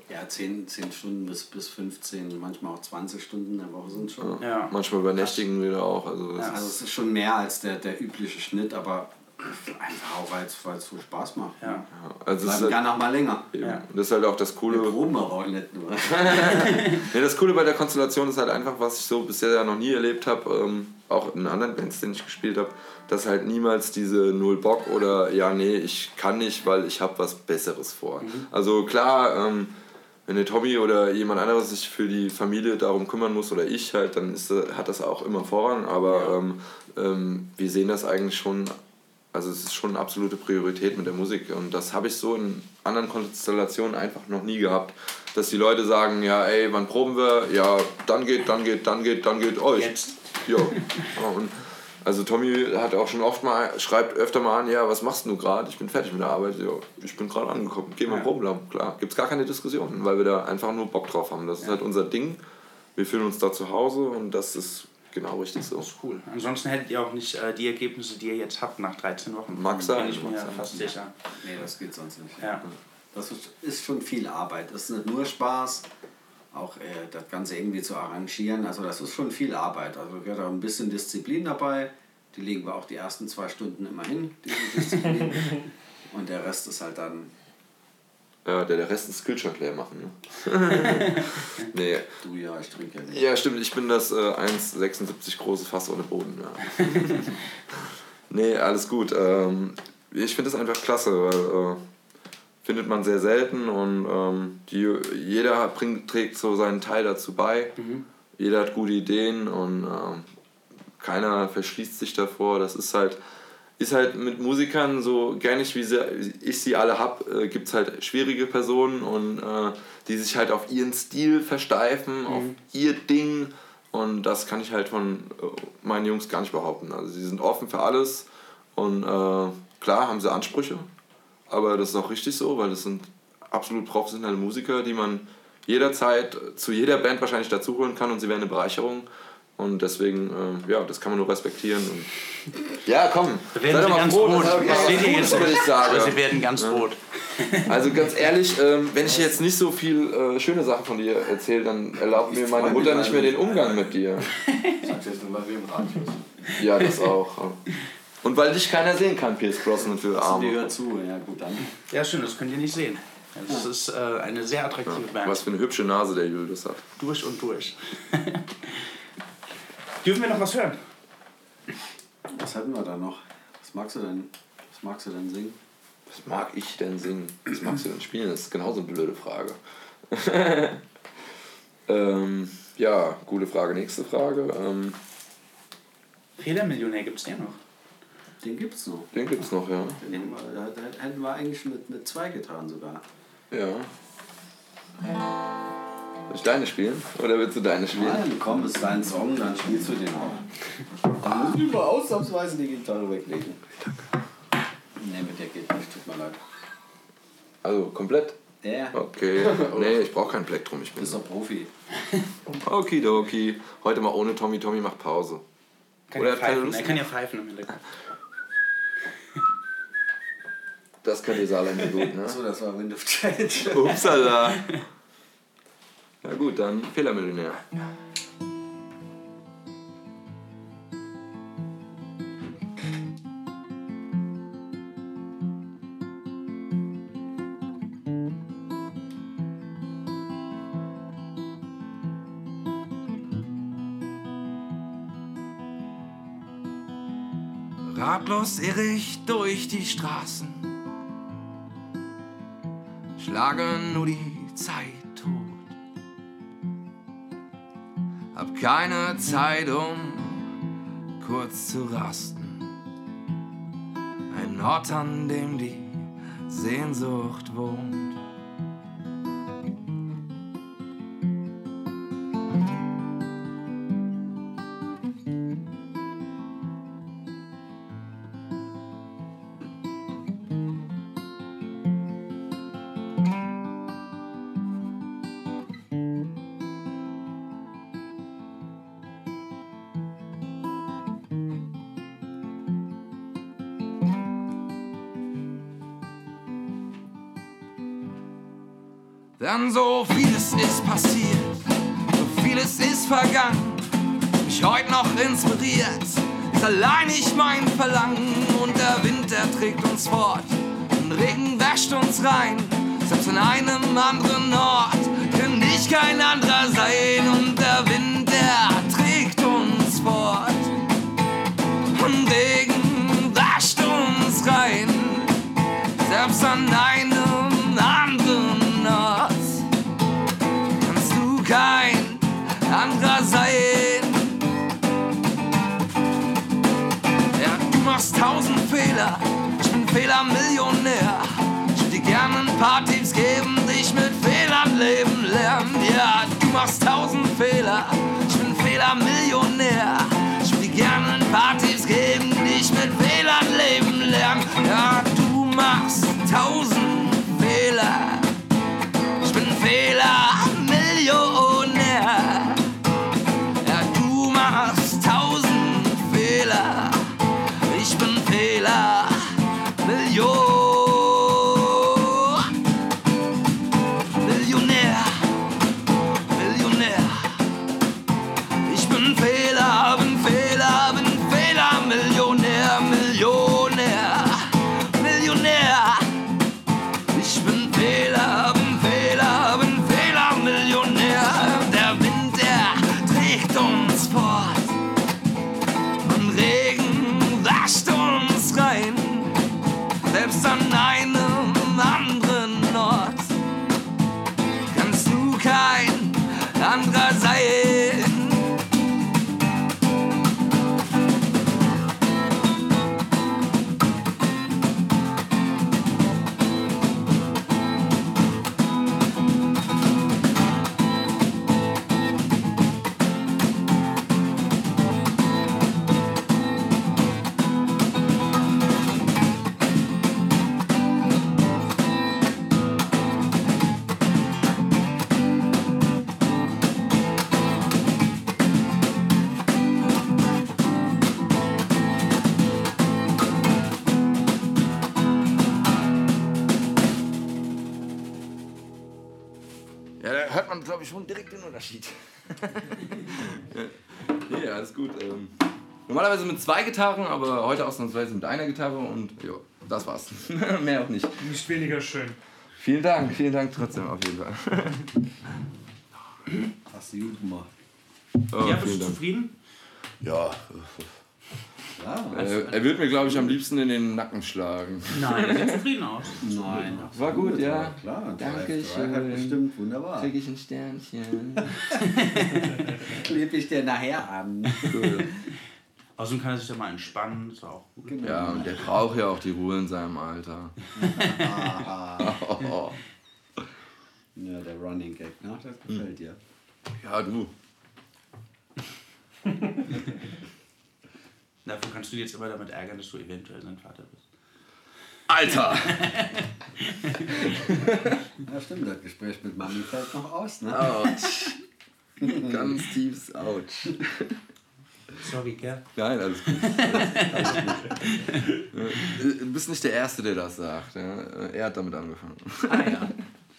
Ja, 10 Stunden bis 15, manchmal auch 20 Stunden in der Woche sind schon. Ja. Manchmal übernächtigen wir da auch. Also das Also es ist schon mehr als der übliche Schnitt, aber einfach auch, weil es so Spaß macht. Ja. also es ist Bleiben halt, kann auch mal länger. Ja. das ist halt auch das Wir Coole. proben aber auch nicht nur. Nee, das Coole bei der Konstellation ist halt einfach, was ich so bisher ja noch nie erlebt habe, auch in anderen Bands, denen ich gespielt habe, dass halt niemals diese Null Bock oder ja, nee, ich kann nicht, weil ich habe was Besseres vor. Also klar, wenn der Tommy oder jemand anderes sich für die Familie darum kümmern muss oder ich halt, dann hat das auch immer Vorrang, aber wir sehen das eigentlich schon, also es ist schon eine absolute Priorität mit der Musik und das habe ich so in anderen Konstellationen einfach noch nie gehabt, dass die Leute sagen, ja ey, wann proben wir? Ja, dann geht, oh, Jetzt. Jo. Ja, und also Tommy hat auch schon schreibt öfter mal an, ja, was machst du gerade? Ich bin fertig mit der Arbeit. Ja, ich bin gerade angekommen. Gehen wir Proben, klar. Gibt's gar keine Diskussion, weil wir da einfach nur Bock drauf haben. Das ist halt unser Ding. Wir fühlen uns da zu Hause und das ist genau richtig so. Das ist cool. Ansonsten hättet ihr auch nicht die Ergebnisse, die ihr jetzt habt nach 13 Wochen. Mag sein, Bin ich mir mag sein. fast sicher. Nee, das geht sonst nicht. Ja. Das ist schon viel Arbeit. Das ist nicht nur Spaß, auch das Ganze irgendwie zu arrangieren. Also das ist schon viel Arbeit. Also gehört auch ein bisschen Disziplin dabei. Die legen wir auch die ersten 2 Stunden immer hin, diese Disziplin. Und der Rest ist halt dann... Ja, der Rest ist Kühlschrank leer machen. Ne? Nee. Du, ja, ich trinke ja nicht. Ja, stimmt, ich bin das 1,76 große Fass ohne Boden. Ja. Nee, alles gut. Ich finde das einfach klasse, weil findet man sehr selten und jeder trägt so seinen Teil dazu bei. Jeder hat gute Ideen und keiner verschließt sich davor. Das ist halt mit Musikern so gar nicht, wie ich sie alle habe, gibt es halt schwierige Personen und die sich halt auf ihren Stil versteifen, auf ihr Ding und das kann ich halt von meinen Jungs gar nicht behaupten. Also sie sind offen für alles und klar haben sie Ansprüche, aber das ist auch richtig so, weil das sind absolut professionelle Musiker, die man jederzeit zu jeder Band wahrscheinlich dazuholen kann und sie wären eine Bereicherung. Und deswegen, ja, das kann man nur respektieren. Und ja, komm, Wir werden ganz rot. Das seht ihr jetzt würde ich sagen. Sie werden ganz rot. Also ganz ehrlich, wenn ich jetzt nicht so viel schöne Sachen von dir erzähle, dann erlaubt mir meine Mutter nicht mehr den Umgang mit dir. Sagst jetzt nur mal wie im Radio. Ja, das auch. Und weil dich keiner sehen kann, Pierce Brosnan für Die Arme. hört zu, ja gut, dann. Ja, schön, das könnt ihr nicht sehen. Das ist eine sehr attraktive Band. Was für eine hübsche Nase der Julius hat. Durch und durch. Dürfen wir noch was hören? Was hatten wir da noch? Was magst du denn singen? Was mag ich denn singen? Was magst du denn spielen? Das ist genauso eine blöde Frage. Ja, gute Frage. Nächste Frage. Fehlermillionär gibt's den noch. Den gibt's noch. Den gibt's noch, ja. Da hätten wir eigentlich mit 2 Gitarren sogar. Ja. Soll ich deine spielen? Oder willst du deine spielen? Nein, komm, ist dein Song, dann spielst du den auch. Dann musst du mal ausnahmsweise die Gitarre weglegen. Nee, mit der geht nicht, tut mir leid. Also komplett? Ja. Okay. Nee, ich brauche kein Plektrum. Ich Du bin bist doch Profi. Okidoki. Heute mal ohne Tommy. Tommy macht Pause. Oder hat keine Lust? Er kann ja pfeifen im Hintergrund. Das könnt ihr Saarländer gut, ne? Achso, das war Wind of Change. Upsala. Ja gut, dann Fehlermillionär. Ratlos irre ich durch die Straßen, schlage nur die Zeit tot. Hab keine Zeit, um kurz zu rasten. Ein Ort, an dem die Sehnsucht wohnt. Denn so vieles ist passiert, so vieles ist vergangen, mich heute noch inspiriert, ist allein nicht mein Verlangen. Und der Wind, der trägt uns fort, und Regen wäscht uns rein. Selbst in einem anderen Ort kann ich kein anderer sein. Und der Wind, der trägt uns fort, und Regen wäscht uns rein. Selbst an einem anderen Ort kannst du kein anderer sein. Ja, du machst 1000 Fehler, ich bin Fehlermillionär. Ich würd dir gerne ein paar Tipps geben, dich mit Fehlern leben lernen. Ja, du machst 1000 Fehler, ich bin Fehlermillionär. Ich würd dir gerne ein paar Tipps geben, dich mit Fehlern leben lernen. Ja, du machst 1000 Fehler, ich bin Fehlermillionär. Ja, du machst 1000 Fehler, ich bin Fehlermillionär. Ich bin Fehler, bin Fehlermillionär, Millionär. Ich bin Fehler, bin Fehlermillionär. Der Wind, der trägt uns fort, und Regen wäscht uns rein. Selbst an einem anderen Ort kannst du kein anderer sein. Ja, da hört man, glaube ich, schon direkt den Unterschied. Ja, alles gut. Normalerweise mit 2 Gitarren, aber heute ausnahmsweise mit einer Gitarre und ja, das war's. Mehr auch nicht. Nicht weniger schön. Vielen Dank trotzdem auf jeden Fall. Hast du gut gemacht. Oh, Ja, bist vielen du Dank. zufrieden? Ja, Ja, er wird mir, glaube ich, am liebsten in den Nacken schlagen. Nein, du siehst zufrieden aus. nein. War gut, ja. Klar, Dankeschön. hat bestimmt wunderbar. Krieg ich ein Sternchen. Klebe ich dir nachher an. Cool. Außerdem kann er sich ja mal entspannen, ist auch gut. Genau. Ja, und der braucht ja auch die Ruhe in seinem Alter. Oh. Ja, der Running Gag, ne? Das gefällt dir. Ja, du. Dafür kannst du dich jetzt immer damit ärgern, dass du eventuell sein Vater bist. Alter! Ja, stimmt, das Gespräch mit Mami fällt noch aus, ne? Autsch. Ganz tiefes Autsch. Sorry, gell? Nein, alles gut. Du bist nicht der Erste, der das sagt. Ja? Er hat damit angefangen. Ah ja.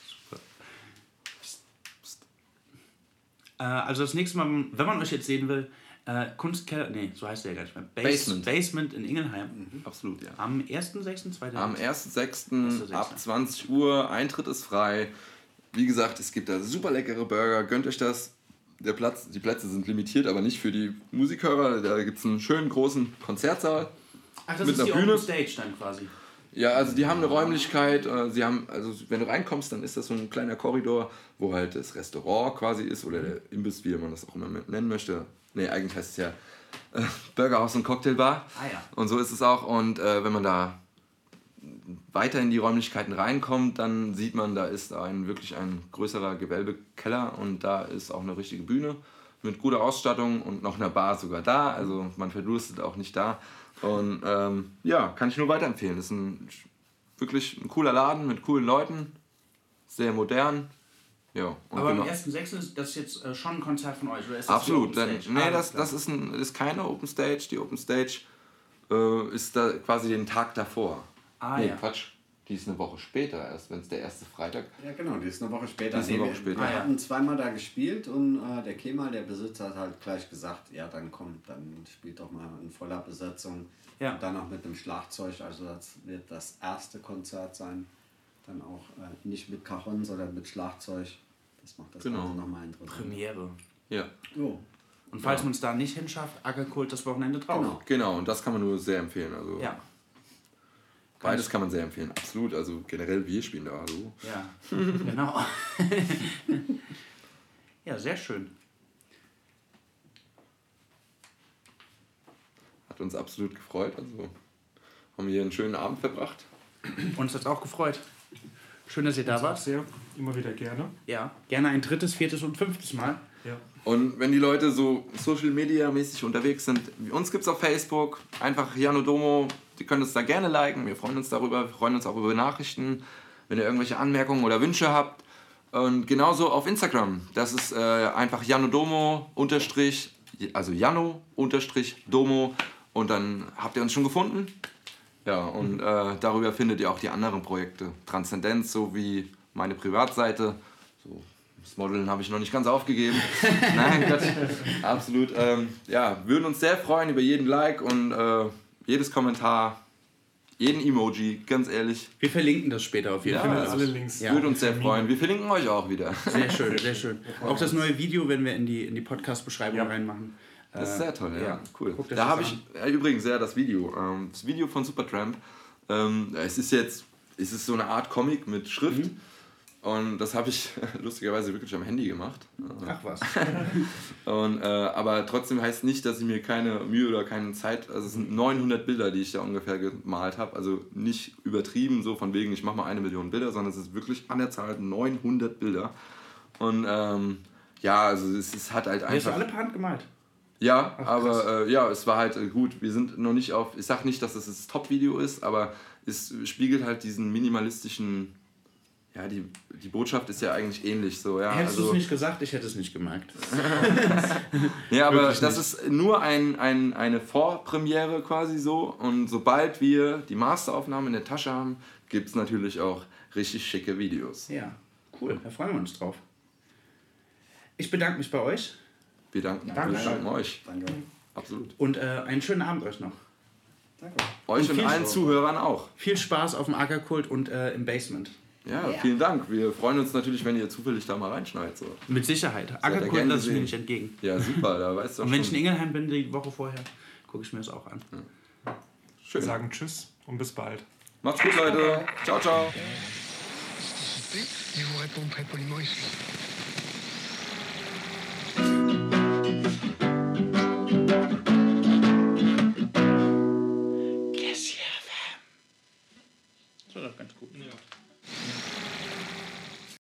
Super. Also das nächste Mal, wenn man euch jetzt sehen will, Kunstkeller, nee, so heißt der ja gar nicht mehr. Basement in Ingelheim. Absolut, ja. Am 1.6.2000. Am 1.6. ab 20 Uhr, Eintritt ist frei. Wie gesagt, es gibt da super leckere Burger, gönnt euch das. Die Plätze sind limitiert, aber nicht für die Musikhörer. Da gibt es einen schönen großen Konzertsaal. Ach, das mit ist einer die Bühne. Open Stage dann quasi. Ja, also die haben eine Räumlichkeit. Sie haben, also wenn du reinkommst, dann ist das so ein kleiner Korridor, wo halt das Restaurant quasi ist oder der Imbiss, wie man das auch immer nennen möchte. Nee, eigentlich heißt es ja Burgerhaus und Cocktailbar. Ah ja. Und so ist es auch. Und wenn man da weiter in die Räumlichkeiten reinkommt, dann sieht man, da ist wirklich ein größerer Gewölbekeller und da ist auch eine richtige Bühne mit guter Ausstattung und noch einer Bar sogar da. Also man verdurstet auch nicht da. Und ja, kann ich nur weiterempfehlen. Das ist wirklich ein cooler Laden mit coolen Leuten, sehr modern. Ja, und Aber genau. am 1.6. ist das jetzt schon ein Konzert von euch? Oder ist das Absolut. die Open Stage? Nee, Alles klar. das ist keine Open Stage. Die Open Stage ist da quasi den Tag davor. Ah Nee, ja. Quatsch. Die ist eine Woche später erst, wenn es der erste Freitag... Ja genau, die ist eine Woche später. Wir hatten zweimal da gespielt und der Kemal, der Besitzer, hat halt gleich gesagt, ja dann kommt, dann spielt doch mal in voller Besetzung. Ja. Und dann auch mit dem Schlagzeug, also das wird das erste Konzert sein. Dann auch nicht mit Cajon, sondern mit Schlagzeug. Das macht das Ganze nochmal interessant. Premiere. Ja. Oh. Und falls man es da nicht hinschafft, Ackerkult das Wochenende drauf. Genau, und das kann man nur sehr empfehlen. Also ja. Beides kann man sehr empfehlen, absolut. Also generell wir spielen da. Also. Ja, genau. Ja, sehr schön. Hat uns absolut gefreut. Also haben wir hier einen schönen Abend verbracht. Uns hat es auch gefreut. Schön, dass ihr da wart. Sehr, immer wieder gerne. Ja, gerne ein 3., 4. und 5. Mal. Ja. Und wenn die Leute so Social Media mäßig unterwegs sind, uns gibt es auf Facebook, einfach Jano Domo, die können uns da gerne liken, wir freuen uns darüber, wir freuen uns auch über Nachrichten, wenn ihr irgendwelche Anmerkungen oder Wünsche habt. Und genauso auf Instagram, das ist einfach Jano Domo unterstrich, also Jano unterstrich Domo und dann habt ihr uns schon gefunden. Ja, und darüber findet ihr auch die anderen Projekte, Transzendenz sowie meine Privatseite, so. Das Modeln habe ich noch nicht ganz aufgegeben. Nein, Gott, absolut. Ja, würden uns sehr freuen über jeden Like und jedes Kommentar, jeden Emoji, ganz ehrlich. Wir verlinken das später auf jeden Fall. Also, alle Links. Ja. Würde uns sehr freuen. Wir verlinken euch auch wieder. Sehr schön, sehr schön. Auch das neue Video, wenn wir in die Podcast-Beschreibung reinmachen. Das ist sehr toll, ja. Cool. Guckt da habe ich übrigens das Video von Supertramp. Es ist so eine Art Comic mit Schrift. Und das habe ich lustigerweise wirklich am Handy gemacht. Ach was. Und, aber trotzdem heißt nicht, dass ich mir keine Mühe oder keine Zeit... Also es sind 900 Bilder, die ich da ungefähr gemalt habe. Also nicht übertrieben, so von wegen, ich mache mal 1 Million Bilder, sondern es ist wirklich an der Zahl 900 Bilder. Und ja, also es hat halt einfach... Hast du alle per Hand gemalt? Ja, aber es war halt gut. Wir sind noch nicht auf... Ich sag nicht, dass das Top-Video ist, aber es spiegelt halt diesen minimalistischen... Ja, die Botschaft ist ja eigentlich ähnlich so, ja. Hättest du es nicht gesagt, ich hätte es nicht gemerkt. Ja, aber das ist nur eine Vorpremiere quasi so. Und sobald wir die Masteraufnahme in der Tasche haben, gibt es natürlich auch richtig schicke Videos. Ja, cool, da freuen wir uns drauf. Ich bedanke mich bei euch. Wir danken euch. Danke. Absolut. Und einen schönen Abend euch noch. Danke. Euch und allen Zuhörern auch. Viel Spaß auf dem Ackerkult und im Basement. Ja, vielen Dank. Wir freuen uns natürlich, wenn ihr zufällig da mal reinschneidet. So. Mit Sicherheit. Ackerkult lasse ich mir nicht entgegen. Ja, super, da weißt du auch. Und wenn ich in Ingelheim bin, die Woche vorher, gucke ich mir das auch an. Ja. Schön. Wir sagen Tschüss und bis bald. Macht's gut, Leute. Ciao, ciao. Et vous répondre très poliment ici.